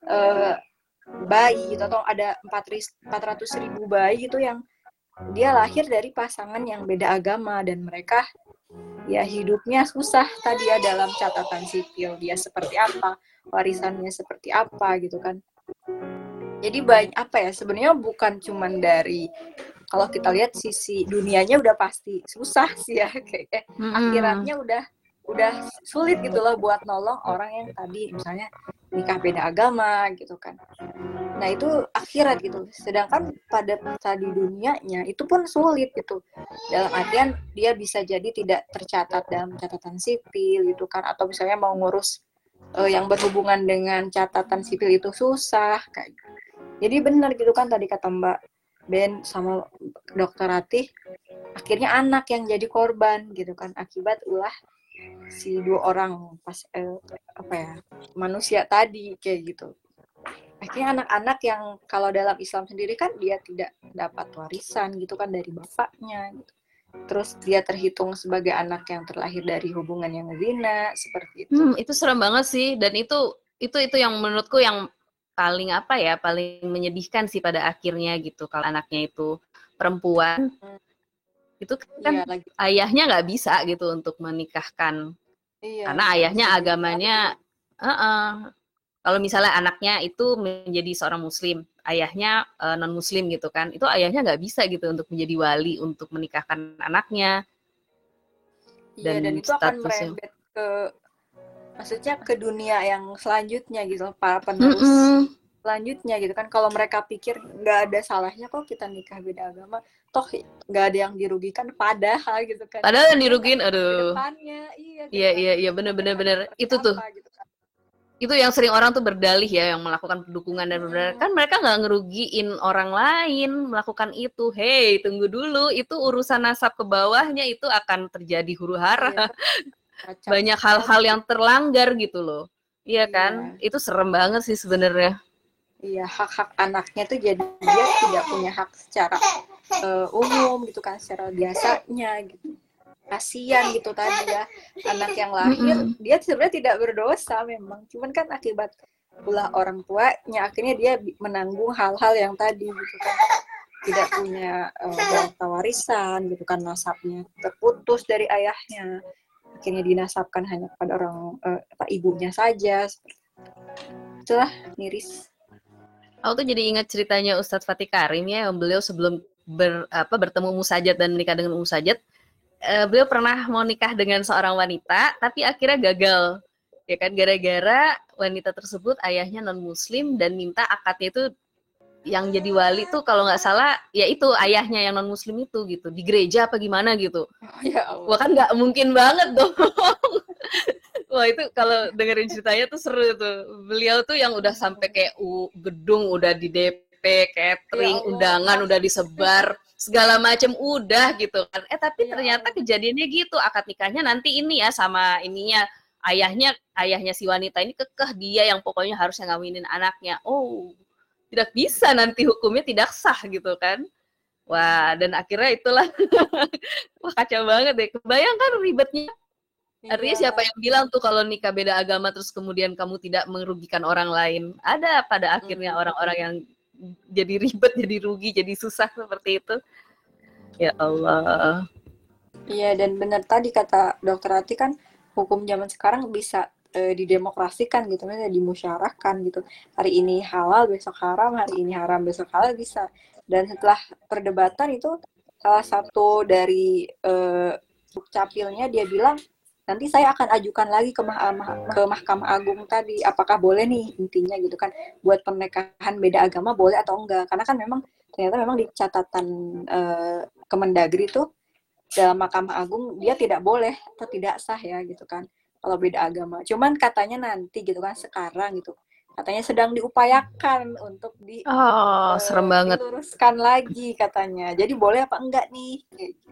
bayi gitu, atau ada 400.000 bayi gitu yang dia lahir dari pasangan yang beda agama, dan mereka ya hidupnya susah tadi ya, dalam catatan sipil dia seperti apa, warisannya seperti apa gitu kan. Jadi banyak apa ya, sebenarnya bukan cuman dari, kalau kita lihat sisi dunianya udah pasti susah sih ya, kayak akhiratnya udah sulit gitu loh buat nolong orang yang tadi misalnya nikah beda agama gitu kan. Nah itu akhirat gitu, sedangkan pada tadi dunianya itu pun sulit gitu, dalam artian dia bisa jadi tidak tercatat dalam catatan sipil gitu kan, atau misalnya mau ngurus yang berhubungan dengan catatan sipil itu susah kayak gitu. Jadi benar gitu kan tadi kata Mbak Ben sama Dokter Ratih, akhirnya anak yang jadi korban gitu kan, akibat ulah si 2 orang manusia tadi kayak gitu. Akhirnya anak-anak yang kalau dalam Islam sendiri kan dia tidak dapat warisan gitu kan dari bapaknya gitu. Terus dia terhitung sebagai anak yang terlahir dari hubungan yang zina seperti itu. Itu serem banget sih, dan itu yang menurutku yang paling paling menyedihkan sih pada akhirnya gitu. Kalau anaknya itu perempuan, itu kan ayahnya nggak bisa gitu untuk menikahkan, karena ayahnya agamanya kalau misalnya anaknya itu menjadi seorang muslim, ayahnya non muslim gitu kan, itu ayahnya nggak bisa gitu untuk menjadi wali untuk menikahkan anaknya. Dan itu akan merembet ke dunia yang selanjutnya gitu, para penerus selanjutnya gitu kan. Kalau mereka pikir nggak ada salahnya kok kita nikah beda agama, toh nggak ada yang dirugikan, padahal gitu kan. Padahal yang dirugiin, aduh. Kedepannya, iya bener. Itu tuh. Gitu kan. Itu yang sering orang tuh berdalih ya, yang melakukan pendukungan dan benar kan mereka nggak ngerugiin orang lain melakukan itu. Hey, tunggu dulu, itu urusan nasab ke bawahnya itu akan terjadi huru-hara. Banyak hal-hal yang terlanggar gitu loh. Iya kan? Itu serem banget sih sebenarnya. Iya, hak-hak anaknya tuh jadi dia tidak punya hak secara umum gitu kan, secara biasanya gitu. kasihan gitu tadi ya, anak yang lahir dia sebenarnya tidak berdosa memang, cuman kan akibat ulah orang tuanya akhirnya dia menanggung hal-hal yang tadi gitu kan, tidak punya harta warisan gitu kan, nasabnya terputus dari ayahnya, akhirnya dinasabkan hanya pada orang ibunya saja. Itulah miris. Aku tuh jadi ingat ceritanya Ustadz Fatih Karim ya, yang beliau sebelum bertemu Musajat dan menikah dengan Musajat, beliau pernah mau nikah dengan seorang wanita, tapi akhirnya gagal, ya kan, gara-gara wanita tersebut ayahnya non Muslim dan minta akadnya itu yang jadi wali tuh kalau nggak salah, ya itu ayahnya yang non Muslim itu gitu, di gereja apa gimana gitu. Ya Allah. Wah kan nggak mungkin banget dong. Wah itu kalau dengerin ceritanya tuh seru tuh. Beliau tuh yang udah sampai kayak gedung udah di DP, catering, undangan udah disebar, segala macam udah gitu kan. Tapi ternyata kejadiannya gitu, akad nikahnya nanti ini ya sama ininya ayahnya si wanita ini kekeh dia yang pokoknya harusnya ngawinin anaknya. Oh, tidak bisa, nanti hukumnya tidak sah gitu kan. Wah, dan akhirnya itulah wah kacau banget deh. Kebayangkan ribetnya. Artinya siapa yang bilang tuh kalau nikah beda agama terus kemudian kamu tidak merugikan orang lain? Ada pada akhirnya orang-orang yang jadi ribet, jadi rugi, jadi susah seperti itu. Ya Allah. Iya, dan benar tadi kata Dokter Ati kan, hukum zaman sekarang bisa didemokrasikan gitu, misalnya dimusyawarahkan gitu. Hari ini halal, besok haram, hari ini haram, besok halal, bisa. Dan setelah perdebatan itu salah satu dari Dukcapilnya dia bilang, nanti saya akan ajukan lagi ke Mahkamah Agung tadi, apakah boleh nih intinya gitu kan, buat pernikahan beda agama boleh atau enggak, karena kan memang ternyata memang di catatan Kemendagri itu dalam Mahkamah Agung dia tidak boleh atau tidak sah ya gitu kan kalau beda agama, cuman katanya nanti gitu kan, sekarang gitu katanya sedang diupayakan untuk serem banget. diluruskan lagi katanya, jadi boleh apa enggak nih gitu.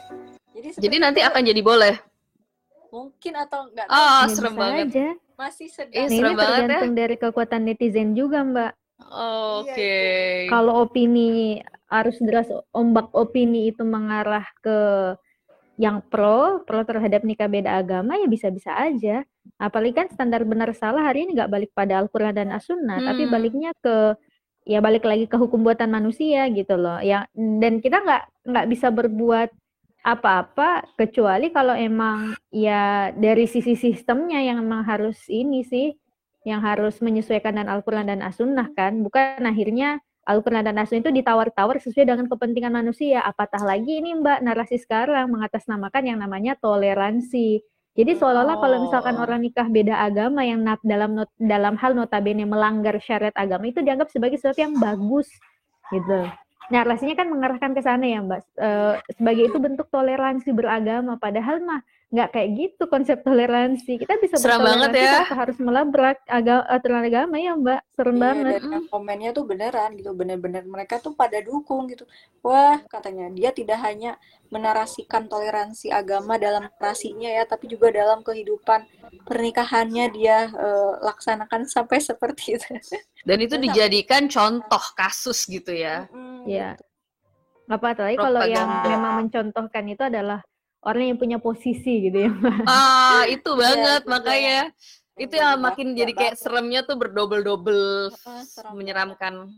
Jadi nanti akan jadi boleh mungkin atau enggak tahu. Serem banget aja. Masih sedang ini tergantung dari kekuatan netizen juga Mbak. Oke. Kalau opini arus deras ombak opini itu mengarah ke yang pro terhadap nikah beda agama, ya bisa-bisa aja. Apalagi kan standar benar salah hari ini nggak balik pada Al-Quran dan As-Sunnah, tapi baliknya ke balik lagi ke hukum buatan manusia gitu loh. Ya, dan kita nggak bisa berbuat apa-apa kecuali kalau emang ya dari sisi sistemnya yang memang harus ini sih, yang harus menyesuaikan dengan Al-Quran dan As-Sunnah kan, bukan akhirnya Al-Quran dan As-Sunnah itu ditawar-tawar sesuai dengan kepentingan manusia. Apatah lagi ini Mbak, narasi sekarang mengatasnamakan yang namanya toleransi. Jadi seolah-olah kalau misalkan orang nikah beda agama yang dalam hal notabene melanggar syariat agama itu dianggap sebagai sesuatu yang bagus gitu. Narasinya kan mengarahkan ke sana ya Mbak, sebagai itu bentuk toleransi beragama, padahal mah nggak kayak gitu konsep toleransi. Kita bisa bertoleransi tanpa harus melabrak aturan agama ya Mbak, serem banget. Dan komennya tuh beneran gitu, bener-bener mereka tuh pada dukung gitu. Wah katanya dia tidak hanya menarasikan toleransi agama dalam narasinya ya, tapi juga dalam kehidupan pernikahannya dia laksanakan sampai seperti itu. Dan itu dijadikan contoh kasus gitu ya. Iya. Apalagi kalau yang memang mencontohkan itu adalah orang yang punya posisi gitu ya. Itu banget makanya. Itu yang makin jadi kayak seremnya tuh berdobel-dobel menyeramkan.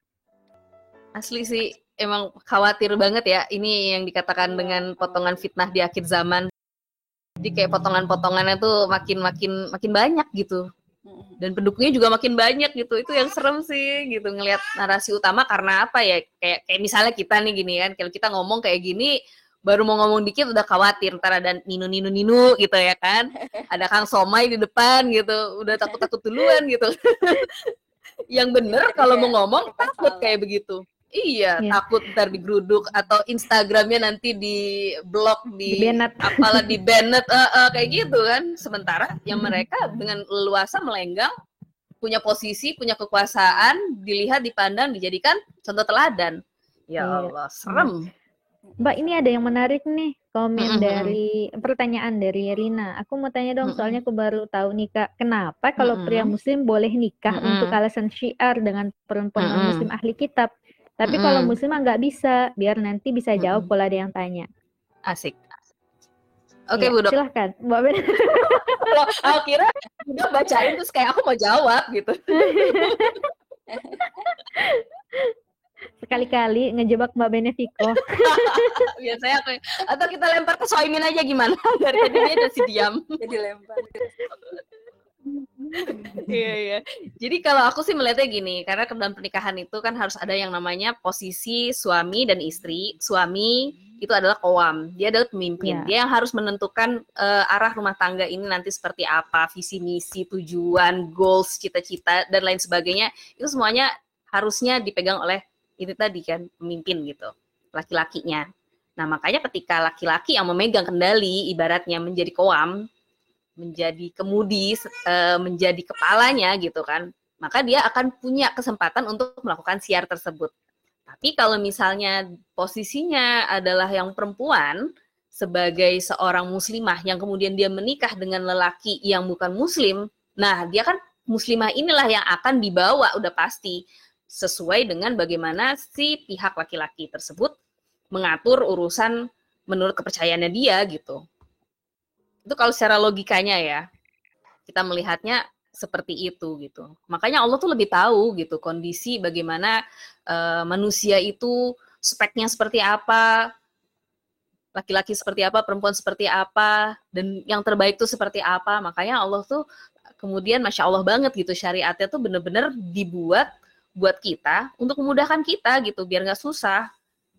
Asli sih emang khawatir banget ya. Ini yang dikatakan dengan potongan fitnah di akhir zaman. Jadi kayak potongan-potongannya tuh makin banyak gitu. Dan pendukungnya juga makin banyak gitu. Itu yang serem sih gitu, ngelihat narasi utama. Karena apa ya, kayak misalnya kita nih gini kan, kalau kita ngomong kayak gini baru mau ngomong dikit udah khawatir ntar ada ninu gitu ya kan, ada Kang Somai di depan gitu, udah takut duluan gitu. Yang bener kalau mau ngomong takut kayak begitu. Iya, takut ntar digeruduk atau Instagramnya nanti di blok, di apalah di banned kayak gitu kan. Sementara yang mereka dengan leluasa melenggang, punya posisi, punya kekuasaan, dilihat, dipandang, dijadikan contoh teladan. Ya Allah, serem. Mbak, ini ada yang menarik nih, komen dari pertanyaan dari Rina. Aku mau tanya dong, soalnya aku baru tahu nikah. Kenapa kalau pria muslim boleh nikah untuk alasan syiar dengan perempuan non-muslim ahli kitab? Tapi kalau muslim nggak bisa, biar nanti bisa jawab kalau ada yang tanya. Asik. Oke, Iya, Budok. silahkan Mbak Ben. Loh, akhirnya Budok bacain terus kayak aku mau jawab gitu. Sekali-kali ngejebak Mbak Benefico. Biasanya aku, atau kita lempar ke Soimin aja gimana? Dari tadi dia udah diam. Jadi lempar. Iya. Jadi kalau aku sih melihatnya gini, karena dalam pernikahan itu kan harus ada yang namanya posisi suami dan istri. Suami itu adalah qawam, dia adalah pemimpin. Ya. Dia yang harus menentukan arah rumah tangga ini nanti seperti apa, visi misi, tujuan, goals, cita-cita dan lain sebagainya. Itu semuanya harusnya dipegang oleh itu tadi kan pemimpin gitu, laki-lakinya. Nah, makanya ketika laki-laki yang memegang kendali ibaratnya menjadi qawam, menjadi kemudi, menjadi kepalanya gitu kan, maka dia akan punya kesempatan untuk melakukan siar tersebut. Tapi kalau misalnya posisinya adalah yang perempuan sebagai seorang muslimah yang kemudian dia menikah dengan lelaki yang bukan muslim, nah dia kan muslimah inilah yang akan dibawa udah pasti sesuai dengan bagaimana si pihak laki-laki tersebut mengatur urusan menurut kepercayaannya dia gitu. Itu kalau secara logikanya ya, kita melihatnya seperti itu gitu. Makanya Allah tuh lebih tahu gitu kondisi bagaimana manusia itu speknya seperti apa, laki-laki seperti apa, perempuan seperti apa, dan yang terbaik tuh seperti apa. Makanya Allah tuh kemudian Masya Allah banget gitu, syariatnya tuh bener-bener dibuat buat kita, untuk memudahkan kita gitu, biar nggak susah.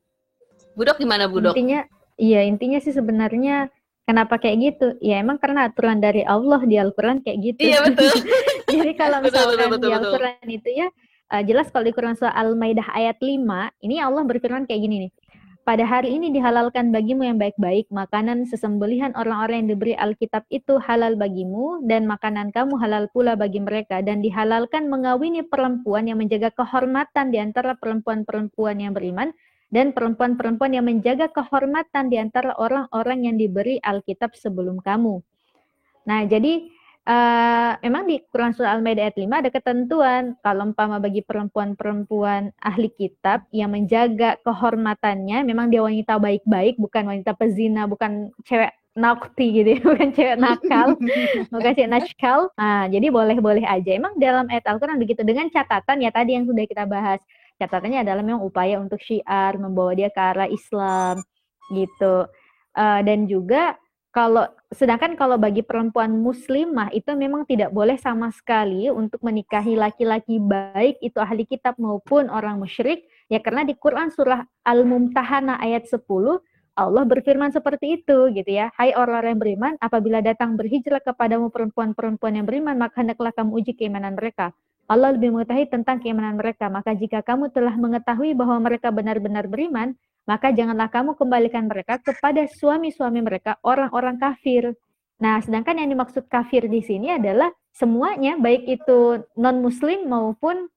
Budok gimana Budok? Intinya sih sebenarnya kenapa kayak gitu? Ya emang karena aturan dari Allah di Al-Quran kayak gitu. Iya betul. Jadi kalau misalkan betul. di Al-Quran itu ya, jelas kalau di Quran surah Al-Maidah ayat 5, ini Allah berfirman kayak gini nih. Pada hari ini dihalalkan bagimu yang baik-baik, makanan sesembelihan orang-orang yang diberi Alkitab itu halal bagimu, dan makanan kamu halal pula bagi mereka, dan dihalalkan mengawini perempuan yang menjaga kehormatan di antara perempuan-perempuan yang beriman, dan perempuan-perempuan yang menjaga kehormatan di antara orang-orang yang diberi Alkitab sebelum kamu. Nah, jadi memang di Quran surah Al-Maidah ayat 5 ada ketentuan kalau umpama bagi perempuan-perempuan ahli kitab yang menjaga kehormatannya, memang dia wanita baik-baik, bukan wanita pezina, bukan cewek nakti gitu ya, bukan cewek nakal, bukan cewek nakal. Nah, jadi boleh-boleh aja. Emang dalam ayat Al-Quran begitu, dengan catatan ya tadi yang sudah kita bahas. Catatannya adalah memang upaya untuk syiar, membawa dia ke arah Islam gitu. Dan juga sedangkan kalau bagi perempuan muslimah itu memang tidak boleh sama sekali untuk menikahi laki-laki, baik itu ahli kitab maupun orang musyrik, ya karena di Quran surah Al-Mumtahanah ayat 10 Allah berfirman seperti itu gitu ya. Hai orang-orang yang beriman, apabila datang berhijrah kepadamu perempuan-perempuan yang beriman, maka hendaklah kamu uji keimanan mereka. Allah lebih mengetahui tentang keimanan mereka. Maka jika kamu telah mengetahui bahwa mereka benar-benar beriman, maka janganlah kamu kembalikan mereka kepada suami-suami mereka, orang-orang kafir. Nah, sedangkan yang dimaksud kafir di sini adalah semuanya, baik itu non-muslim maupun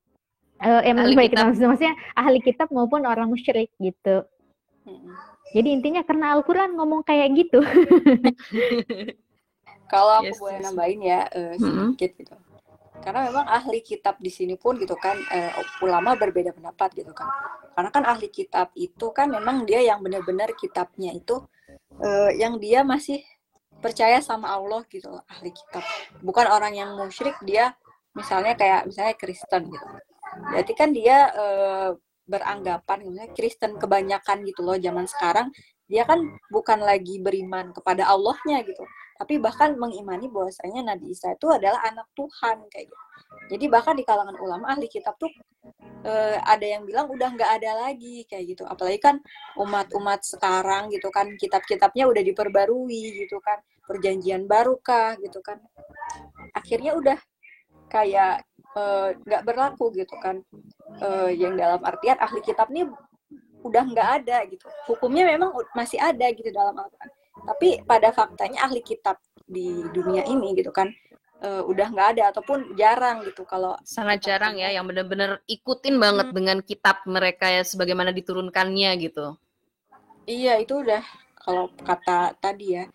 maksudnya ahli kitab maupun orang musyrik gitu. Jadi intinya karena Al-Quran ngomong kayak gitu. Kalau aku boleh nambahin ya sedikit gitu. Karena memang ahli kitab di sini pun gitu kan, ulama berbeda pendapat gitu kan. Karena kan ahli kitab itu kan memang dia yang benar-benar kitabnya itu yang dia masih percaya sama Allah gitu loh, ahli kitab. Bukan orang yang musyrik, dia misalnya Kristen gitu. Berarti kan dia beranggapan misalnya Kristen kebanyakan gitu loh zaman sekarang, dia kan bukan lagi beriman kepada Allahnya gitu, tapi bahkan mengimani bahwasanya Nabi Isa itu adalah anak Tuhan kayak gitu. Jadi bahkan di kalangan ulama ahli kitab tuh ada yang bilang udah nggak ada lagi kayak gitu. Apalagi kan umat-umat sekarang gitu kan, kitab-kitabnya udah diperbarui gitu kan, perjanjian baru kah gitu kan. Akhirnya udah kayak nggak berlaku gitu kan. Yang dalam artian ahli kitab nih udah nggak ada gitu. Hukumnya memang masih ada gitu dalam Al-Quran. Tapi pada faktanya ahli kitab di dunia ini gitu kan udah nggak ada ataupun jarang gitu. Kalau sangat jarang ya yang benar-benar ikutin banget dengan kitab mereka ya sebagaimana diturunkannya gitu. Iya, itu udah kalau kata tadi ya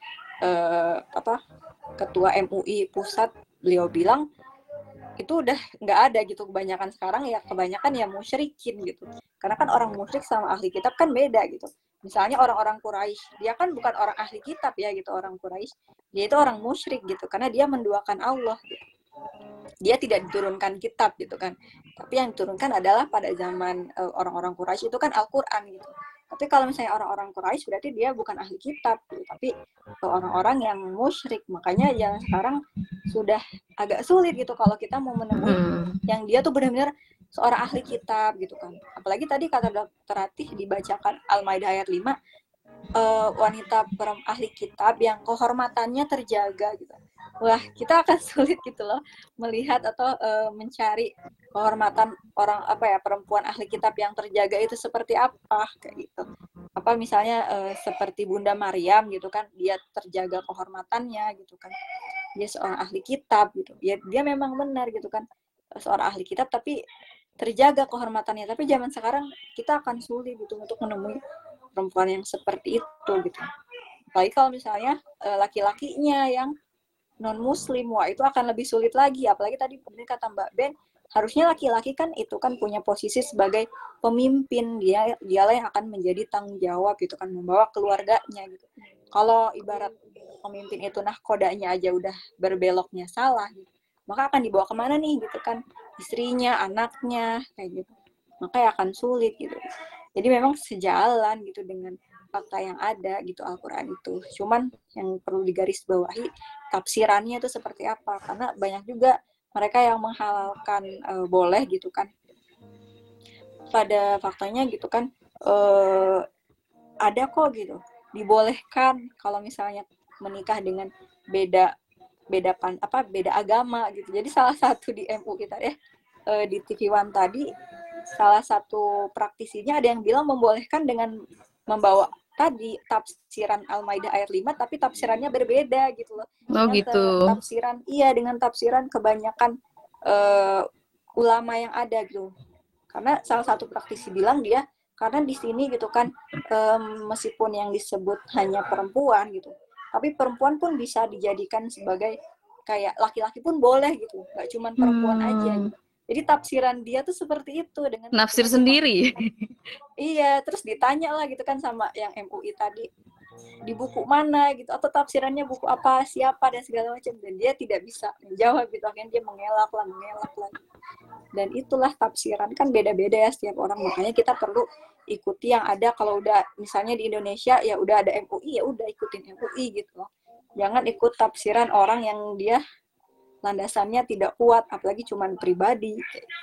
ketua MUI pusat, beliau bilang itu udah nggak ada gitu. Kebanyakan ya musyrikin gitu. Karena kan orang musyrik sama ahli kitab kan beda gitu. Misalnya orang-orang Quraisy, dia kan bukan orang ahli kitab ya gitu, orang Quraisy. Dia itu orang musyrik gitu, karena dia menduakan Allah gitu. Dia tidak diturunkan kitab gitu kan. Tapi yang diturunkan adalah pada zaman orang-orang Quraisy itu kan Al-Qur'an gitu. Tapi kalau misalnya orang-orang Quraisy berarti dia bukan ahli kitab gitu, tapi orang-orang yang musyrik. Makanya yang sekarang sudah agak sulit gitu kalau kita mau menemui yang dia tuh benar-benar seorang ahli kitab gitu kan. Apalagi tadi kata Dr. Ratih dibacakan Al-Maidah ayat 5, wanita ahli kitab yang kehormatannya terjaga gitu. Wah, kita akan sulit gitu loh melihat atau mencari kehormatan orang perempuan ahli kitab yang terjaga itu seperti apa kayak gitu. Apa misalnya seperti Bunda Maryam gitu kan, dia terjaga kehormatannya gitu kan. Dia seorang ahli kitab gitu. Dia memang benar gitu kan, seorang ahli kitab tapi terjaga kehormatannya. Tapi zaman sekarang kita akan sulit gitu untuk menemui perempuan yang seperti itu gitu. Apalagi kalau misalnya laki-lakinya yang non muslim, wah itu akan lebih sulit lagi. Apalagi tadi benar kata Mbak Ben, harusnya laki-laki kan itu kan punya posisi sebagai pemimpin, dialah yang akan menjadi tanggung jawab gitu kan, membawa keluarganya gitu. Kalau ibarat pemimpin itu nahkodanya aja udah berbeloknya salah gitu, maka akan dibawa kemana nih gitu kan, istrinya, anaknya kayak gitu, makanya akan sulit gitu. Jadi memang sejalan gitu dengan fakta yang ada gitu Al-Quran itu. Cuman yang perlu digarisbawahi tafsirannya itu seperti apa, karena banyak juga mereka yang menghalalkan boleh gitu kan. Pada faktanya gitu kan ada kok gitu dibolehkan kalau misalnya menikah dengan beda agama gitu. Jadi salah satu di MUI tadi di TV One tadi, salah satu praktisinya ada yang bilang membolehkan dengan membawa tadi tafsiran Al-Maidah ayat 5 tapi tafsirannya berbeda gitu loh. Oh gitu. Dengan tafsiran kebanyakan ulama yang ada gitu. Karena salah satu praktisi bilang dia karena di sini gitu kan meskipun yang disebut hanya perempuan gitu, tapi perempuan pun bisa dijadikan sebagai kayak laki-laki pun boleh gitu, nggak cuma perempuan aja gitu. Jadi tafsiran dia tuh seperti itu dengan nafsir sendiri. Iya, terus ditanya lah gitu kan sama yang MUI tadi, di buku mana gitu, atau tafsirannya buku apa, siapa dan segala macam, dan dia tidak bisa menjawab gitu, akhirnya dia mengelak lah. Dan itulah tafsiran kan beda-beda ya setiap orang, makanya kita perlu ikuti yang ada. Kalau udah misalnya di Indonesia ya udah ada MUI, ya udah ikutin MUI gitu loh. Jangan ikut tafsiran orang yang dia landasannya tidak kuat, apalagi cuman pribadi.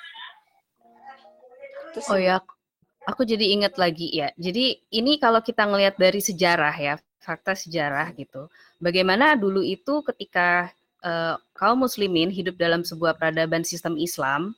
Oh ya, aku jadi ingat lagi ya. Jadi ini kalau kita ngelihat dari sejarah ya, fakta sejarah gitu. Bagaimana dulu itu ketika kaum muslimin hidup dalam sebuah peradaban sistem Islam,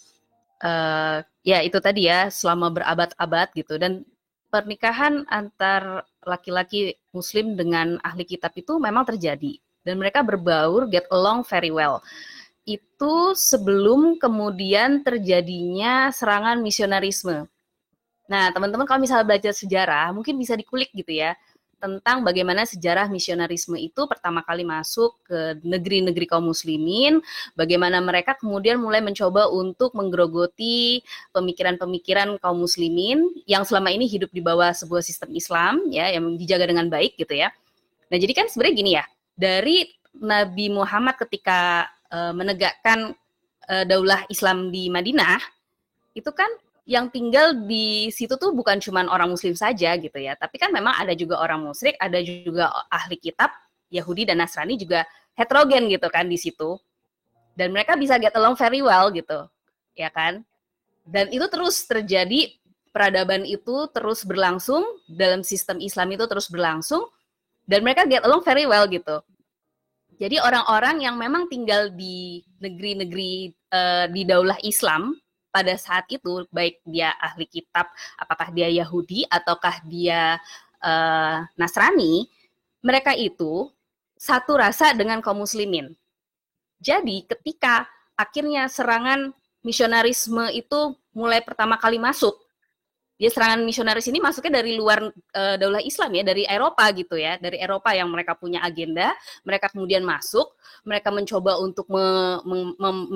ya itu tadi ya, selama berabad-abad gitu. Dan pernikahan antar laki-laki muslim dengan ahli kitab itu memang terjadi. Dan mereka berbaur, get along very well. Itu sebelum kemudian terjadinya serangan misionarisme. Nah, teman-teman kalau misalnya belajar sejarah, mungkin bisa dikulik gitu ya, tentang bagaimana sejarah misionarisme itu pertama kali masuk ke negeri-negeri kaum muslimin, bagaimana mereka kemudian mulai mencoba untuk menggerogoti pemikiran-pemikiran kaum muslimin yang selama ini hidup di bawah sebuah sistem Islam, ya, yang dijaga dengan baik gitu ya. Nah, jadi kan sebenarnya gini ya, dari Nabi Muhammad ketika menegakkan daulah Islam di Madinah, itu kan yang tinggal di situ tuh bukan cuma orang muslim saja gitu ya, tapi kan memang ada juga orang musyrik, ada juga ahli kitab, Yahudi dan Nasrani juga heterogen gitu kan di situ. Dan mereka bisa get along very well gitu, ya kan? Dan itu terus terjadi, peradaban itu terus berlangsung, dalam sistem Islam itu terus berlangsung, dan mereka get along very well gitu. Jadi orang-orang yang memang tinggal di negeri-negeri di daulah Islam pada saat itu, baik dia ahli kitab, apakah dia Yahudi ataukah dia Nasrani, mereka itu satu rasa dengan kaum muslimin. Jadi ketika akhirnya serangan misionarisme itu mulai pertama kali masuk, ya serangan misionaris ini masuknya dari luar daulah Islam ya, dari Eropa gitu ya, dari Eropa yang mereka punya agenda, mereka kemudian masuk, mereka mencoba untuk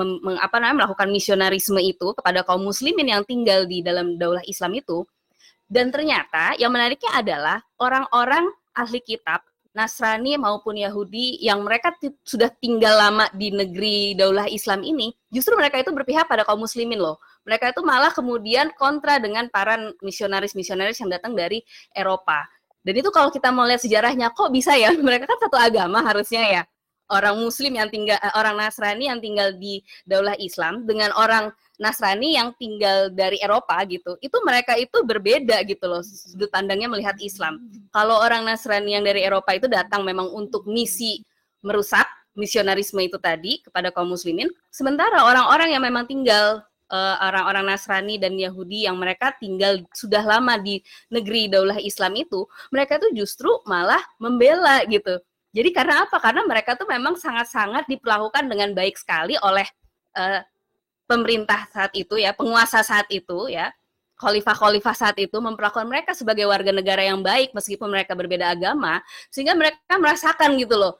melakukan misionarisme itu kepada kaum muslimin yang tinggal di dalam daulah Islam itu, Dan ternyata yang menariknya adalah orang-orang ahli kitab, Nasrani maupun Yahudi yang mereka sudah tinggal lama di negeri Daulah Islam ini, justru mereka itu berpihak pada kaum muslimin loh. Mereka itu malah kemudian kontra dengan para misionaris-misionaris yang datang dari Eropa. Dan itu kalau kita mau lihat sejarahnya, kok bisa ya? Mereka kan satu agama harusnya ya. Orang muslim yang tinggal, orang Nasrani yang tinggal di Daulah Islam dengan orang Nasrani yang tinggal dari Eropa gitu, itu mereka itu berbeda gitu loh, sudut pandangnya melihat Islam. Kalau orang Nasrani yang dari Eropa itu datang memang untuk misi merusak misionarisme itu tadi kepada kaum muslimin, sementara orang-orang yang memang tinggal, orang-orang Nasrani dan Yahudi yang mereka tinggal sudah lama di negeri Daulah Islam itu, mereka tuh justru malah membela gitu. Jadi karena apa? Karena mereka tuh memang sangat-sangat diperlakukan dengan baik sekali oleh pemerintah saat itu ya, penguasa saat itu ya, khalifah-khalifah saat itu memperlakukan mereka sebagai warga negara yang baik meskipun mereka berbeda agama, sehingga mereka merasakan gitu loh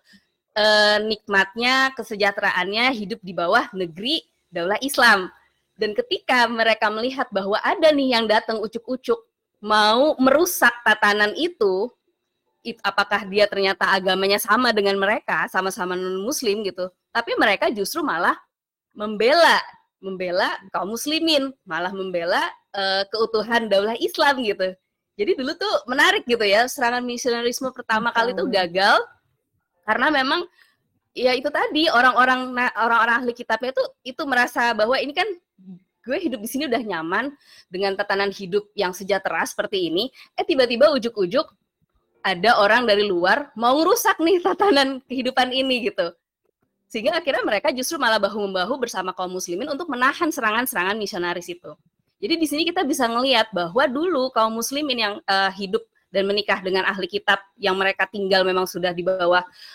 nikmatnya, kesejahteraannya hidup di bawah negeri Daulah Islam. Dan ketika mereka melihat bahwa ada nih yang datang ucuk-ucuk mau merusak tatanan itu, apakah dia ternyata agamanya sama dengan mereka, sama-sama non-muslim gitu, tapi mereka justru malah membela kaum muslimin, malah membela keutuhan Daulah Islam gitu. Jadi dulu tuh menarik gitu ya, serangan misionarisme pertama kali itu gagal karena memang ya itu tadi orang-orang ahli kitabnya itu merasa bahwa ini kan gue hidup di sini udah nyaman dengan tatanan hidup yang sejahtera seperti ini, tiba-tiba ujuk-ujuk ada orang dari luar mau ngerusak nih tatanan kehidupan ini gitu. Sehingga akhirnya mereka justru malah bahu-membahu bersama kaum muslimin untuk menahan serangan-serangan misionaris itu. Jadi di sini kita bisa ngelihat bahwa dulu kaum muslimin yang hidup dan menikah dengan ahli kitab yang mereka tinggal memang sudah di bawah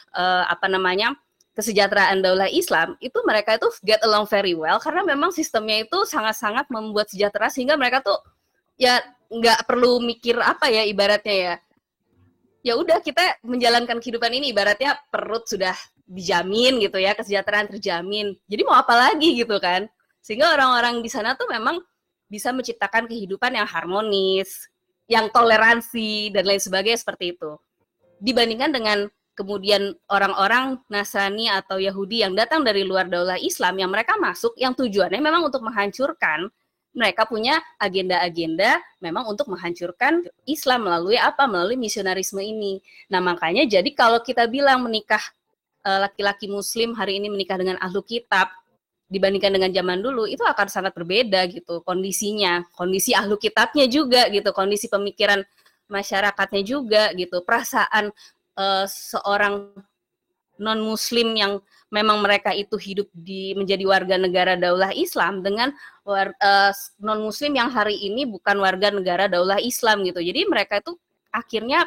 kesejahteraan Daulah Islam, itu mereka itu get along very well karena memang sistemnya itu sangat-sangat membuat sejahtera sehingga mereka tuh ya nggak perlu mikir apa ya ibaratnya ya. Ya udah kita menjalankan kehidupan ini ibaratnya perut sudah dijamin gitu ya, kesejahteraan terjamin. Jadi mau apa lagi gitu kan? Sehingga orang-orang di sana tuh memang bisa menciptakan kehidupan yang harmonis, yang toleransi dan lain sebagainya seperti itu. Dibandingkan dengan kemudian orang-orang Nasrani atau Yahudi yang datang dari luar Daulah Islam yang mereka masuk yang tujuannya memang untuk menghancurkan. Mereka punya agenda-agenda memang untuk menghancurkan Islam melalui apa? Melalui misionarisme ini. Nah, makanya jadi kalau kita bilang menikah laki-laki muslim hari ini menikah dengan ahlu kitab dibandingkan dengan zaman dulu itu akan sangat berbeda gitu kondisinya, kondisi ahlu kitabnya juga gitu, kondisi pemikiran masyarakatnya juga gitu, perasaan seorang non muslim yang memang mereka itu hidup menjadi warga negara Daulah Islam dengan non muslim yang hari ini bukan warga negara Daulah Islam gitu. Jadi mereka itu akhirnya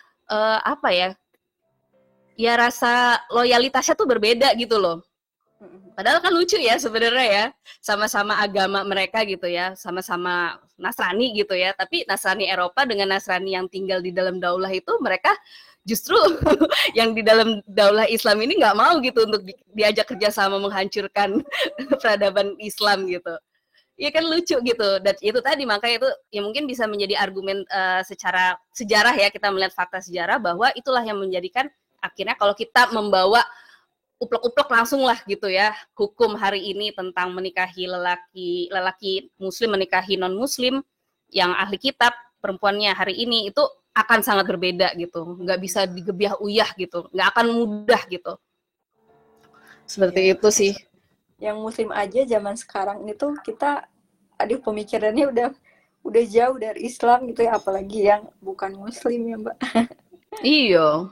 ya rasa loyalitasnya tuh berbeda gitu loh. Padahal kan lucu ya sebenarnya ya, sama-sama agama mereka gitu ya, sama-sama Nasrani gitu ya, tapi Nasrani Eropa dengan Nasrani yang tinggal di dalam daulah itu mereka justru yang di dalam daulah Islam ini nggak mau gitu untuk diajak kerjasama menghancurkan peradaban Islam gitu. Iya kan lucu gitu, dan itu tadi makanya itu ya mungkin bisa menjadi argumen secara sejarah ya, kita melihat fakta sejarah bahwa itulah yang menjadikan akhirnya kalau kita membawa uplek-uplek langsung lah gitu ya hukum hari ini tentang menikahi lelaki muslim menikahi non muslim yang ahli kitab perempuannya hari ini itu akan sangat berbeda gitu, nggak bisa digebiah uyah gitu, nggak akan mudah gitu. Seperti itu sih. Yang muslim aja zaman sekarang itu kita pemikirannya udah jauh dari Islam gitu ya, apalagi yang bukan muslim ya Mbak. Iya.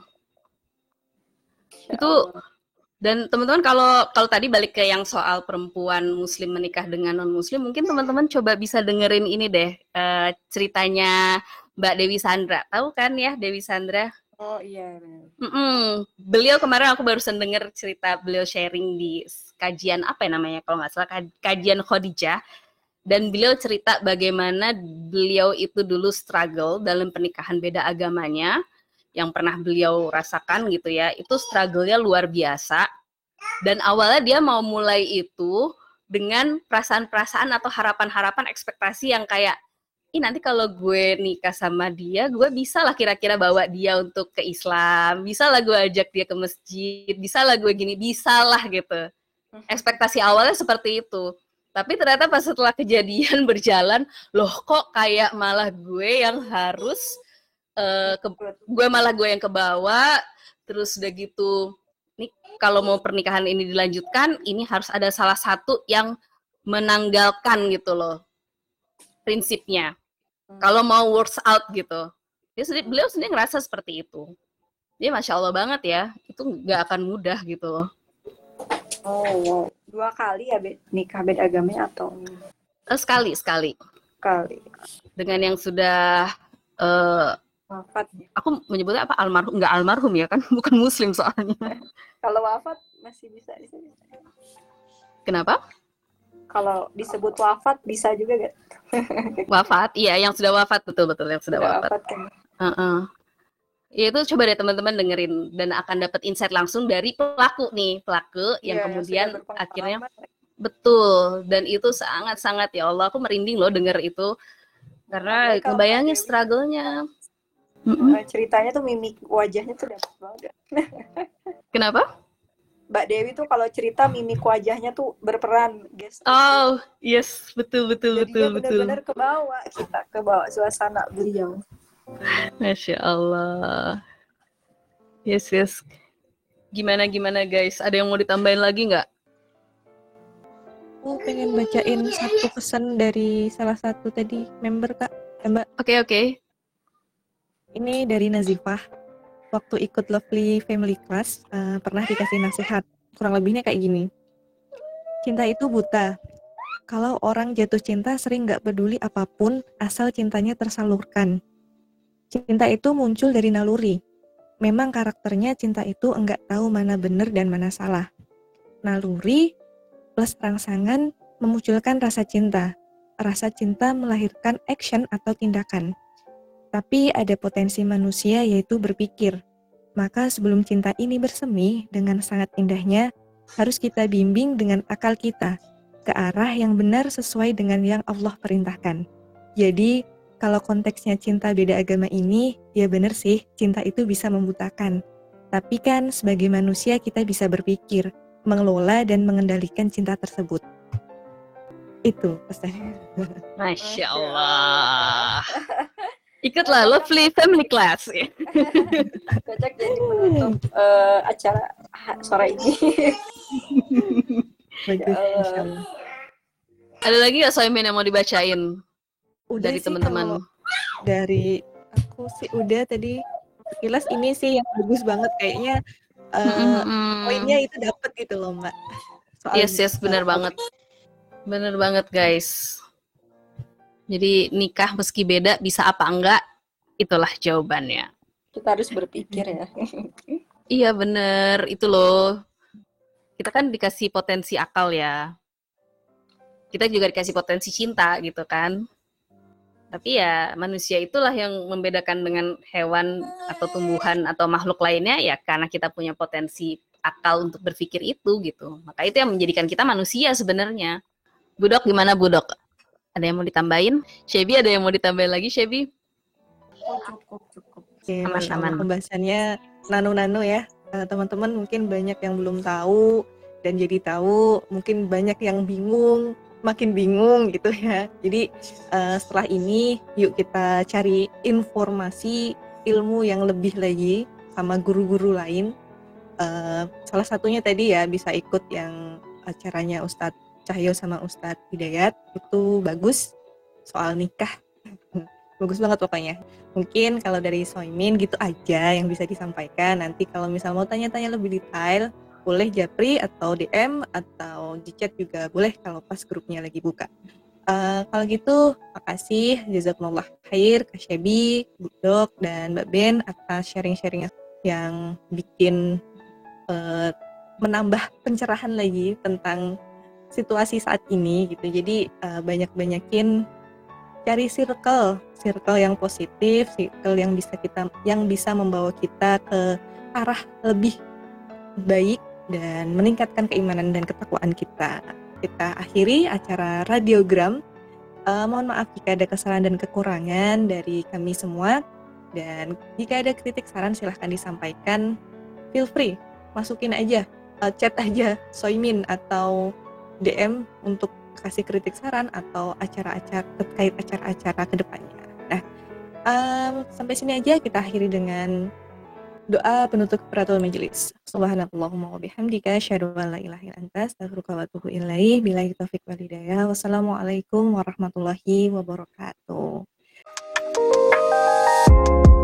Itu dan teman-teman kalau tadi balik ke yang soal perempuan muslim menikah dengan non muslim, mungkin teman-teman coba bisa dengerin ini deh ceritanya Mbak Dewi Sandra. Tahu kan ya Dewi Sandra? Oh iya. Beliau kemarin aku barusan denger cerita beliau sharing di kajian apa ya namanya kalau nggak salah kajian Khadijah, dan beliau cerita bagaimana beliau itu dulu struggle dalam pernikahan beda agamanya yang pernah beliau rasakan gitu ya, itu struggle-nya luar biasa. Dan awalnya dia mau mulai itu dengan perasaan-perasaan atau harapan-harapan ekspektasi yang kayak nanti kalau gue nikah sama dia, gue bisa lah kira-kira bawa dia untuk ke Islam, bisa lah gue ajak dia ke masjid, bisa lah gue gini, bisa lah gitu. Ekspektasi awalnya seperti itu. Tapi ternyata pas setelah kejadian berjalan, loh kok kayak malah gue yang harus, gue yang kebawa, terus udah gitu, nih kalau mau pernikahan ini dilanjutkan, ini harus ada salah satu yang menanggalkan gitu loh, prinsipnya. Kalau mau works out gitu. Beliau sendiri ngerasa seperti itu. Dia Masya Allah banget ya, itu nggak akan mudah gitu loh. Oh, 2 kali ya nikah beda agamanya atau? Sekali. Dengan yang sudah wafat. Aku menyebutnya apa, almarhum, nggak almarhum ya kan, bukan muslim soalnya. Kalau wafat masih bisa. Kenapa? Kalau disebut wafat bisa juga gak? Wafat, iya, yang sudah wafat, betul yang sudah wafat. Kan? Ya itu coba deh teman-teman dengerin dan akan dapat insight langsung dari pelaku yang kemudian akhirnya betul, dan itu sangat-sangat ya Allah, aku merinding loh denger itu karena ngebayangin struggle-nya. Ceritanya tuh mimik wajahnya tuh dapet banget. Kenapa? Mbak Dewi tuh kalau cerita mimik wajahnya tuh berperan, guys. Oh, yes, betul. Benar-benar kebawa suasana beliau. Masya Allah. Yes. Gimana guys? Ada yang mau ditambahin lagi nggak? Aku pengen bacain satu pesan dari salah satu tadi member Kak, Mbak. Oke. Ini dari Nazifah. Waktu ikut Lovely Family Class, pernah dikasih nasihat. Kurang lebihnya kayak gini. Cinta itu buta. Kalau orang jatuh cinta sering gak peduli apapun, asal cintanya tersalurkan. Cinta itu muncul dari naluri. Memang karakternya cinta itu enggak tahu mana benar dan mana salah. Naluri plus rangsangan memunculkan rasa cinta. Rasa cinta melahirkan action atau tindakan. Tapi ada potensi manusia yaitu berpikir. Maka sebelum cinta ini bersemi dengan sangat indahnya, harus kita bimbing dengan akal kita ke arah yang benar sesuai dengan yang Allah perintahkan. Jadi, kalau konteksnya cinta beda agama ini, ya benar sih, cinta itu bisa membutakan. Tapi kan sebagai manusia kita bisa berpikir, mengelola dan mengendalikan cinta tersebut. Itu pesannya. Masya Allah. Ikutlah Lovely Family Class. Cocok jadi penutup acara sore ini. Ada lagi nggak Soimin yang mau dibacain? Udah dari sih, teman-teman. Dari aku sih udah tadi. Sekilas ini sih yang bagus banget kayaknya. Poinnya itu dapet gitu loh Mbak. Yes, benar banget. Benar banget guys. Jadi nikah meski beda bisa apa enggak, itulah jawabannya. Kita harus berpikir ya. Iya bener, itu loh. Kita kan dikasih potensi akal ya. Kita juga dikasih potensi cinta gitu kan. Tapi ya manusia itulah yang membedakan dengan hewan atau tumbuhan atau makhluk lainnya ya karena kita punya potensi akal untuk berpikir itu gitu. Maka itu yang menjadikan kita manusia sebenarnya. Budok gimana Budok? Ada yang mau ditambahin? Shebi ada yang mau ditambahin lagi Shebi? Cukup. Oke, Aman. Pembahasannya nano ya. Teman-teman mungkin banyak yang belum tahu dan jadi tahu, mungkin banyak yang bingung, makin bingung gitu ya. Jadi setelah ini yuk kita cari informasi ilmu yang lebih lagi sama guru-guru lain. Salah satunya tadi ya bisa ikut yang acaranya Ustadz Cahyo sama Ustadz Hidayat, itu bagus soal nikah. Bagus banget pokoknya. Mungkin kalau dari Soimin gitu aja yang bisa disampaikan. Nanti kalau misal mau tanya-tanya lebih detail, boleh japri atau DM atau di chat juga boleh kalau pas grupnya lagi buka. Kalau gitu, makasih jazakumullah khair Kak Shebi, Budok, dan Mbak Ben atas sharing-sharingnya yang bikin menambah pencerahan lagi tentang situasi saat ini gitu. Jadi banyak-banyakin cari circle yang positif, circle yang bisa membawa kita ke arah lebih baik dan meningkatkan keimanan dan ketakwaan kita. Kita akhiri acara radiogram Mohon maaf jika ada kesalahan dan kekurangan dari kami semua. Dan jika ada kritik saran silahkan disampaikan. Feel free, masukin aja, chat aja Soimin atau DM untuk kasih kritik saran atau acara-acara terkait acara-acara kedepannya. Nah, sampai sini aja kita akhiri dengan doa penutup kafaratul majelis. Subhanallahumma wa bihamdika asyhadu an la ilaha illa anta astaghfiruka wa atubu ilaik. Billahi taufiq wal hidayah. Wassalamualaikum warahmatullahi wabarakatuh.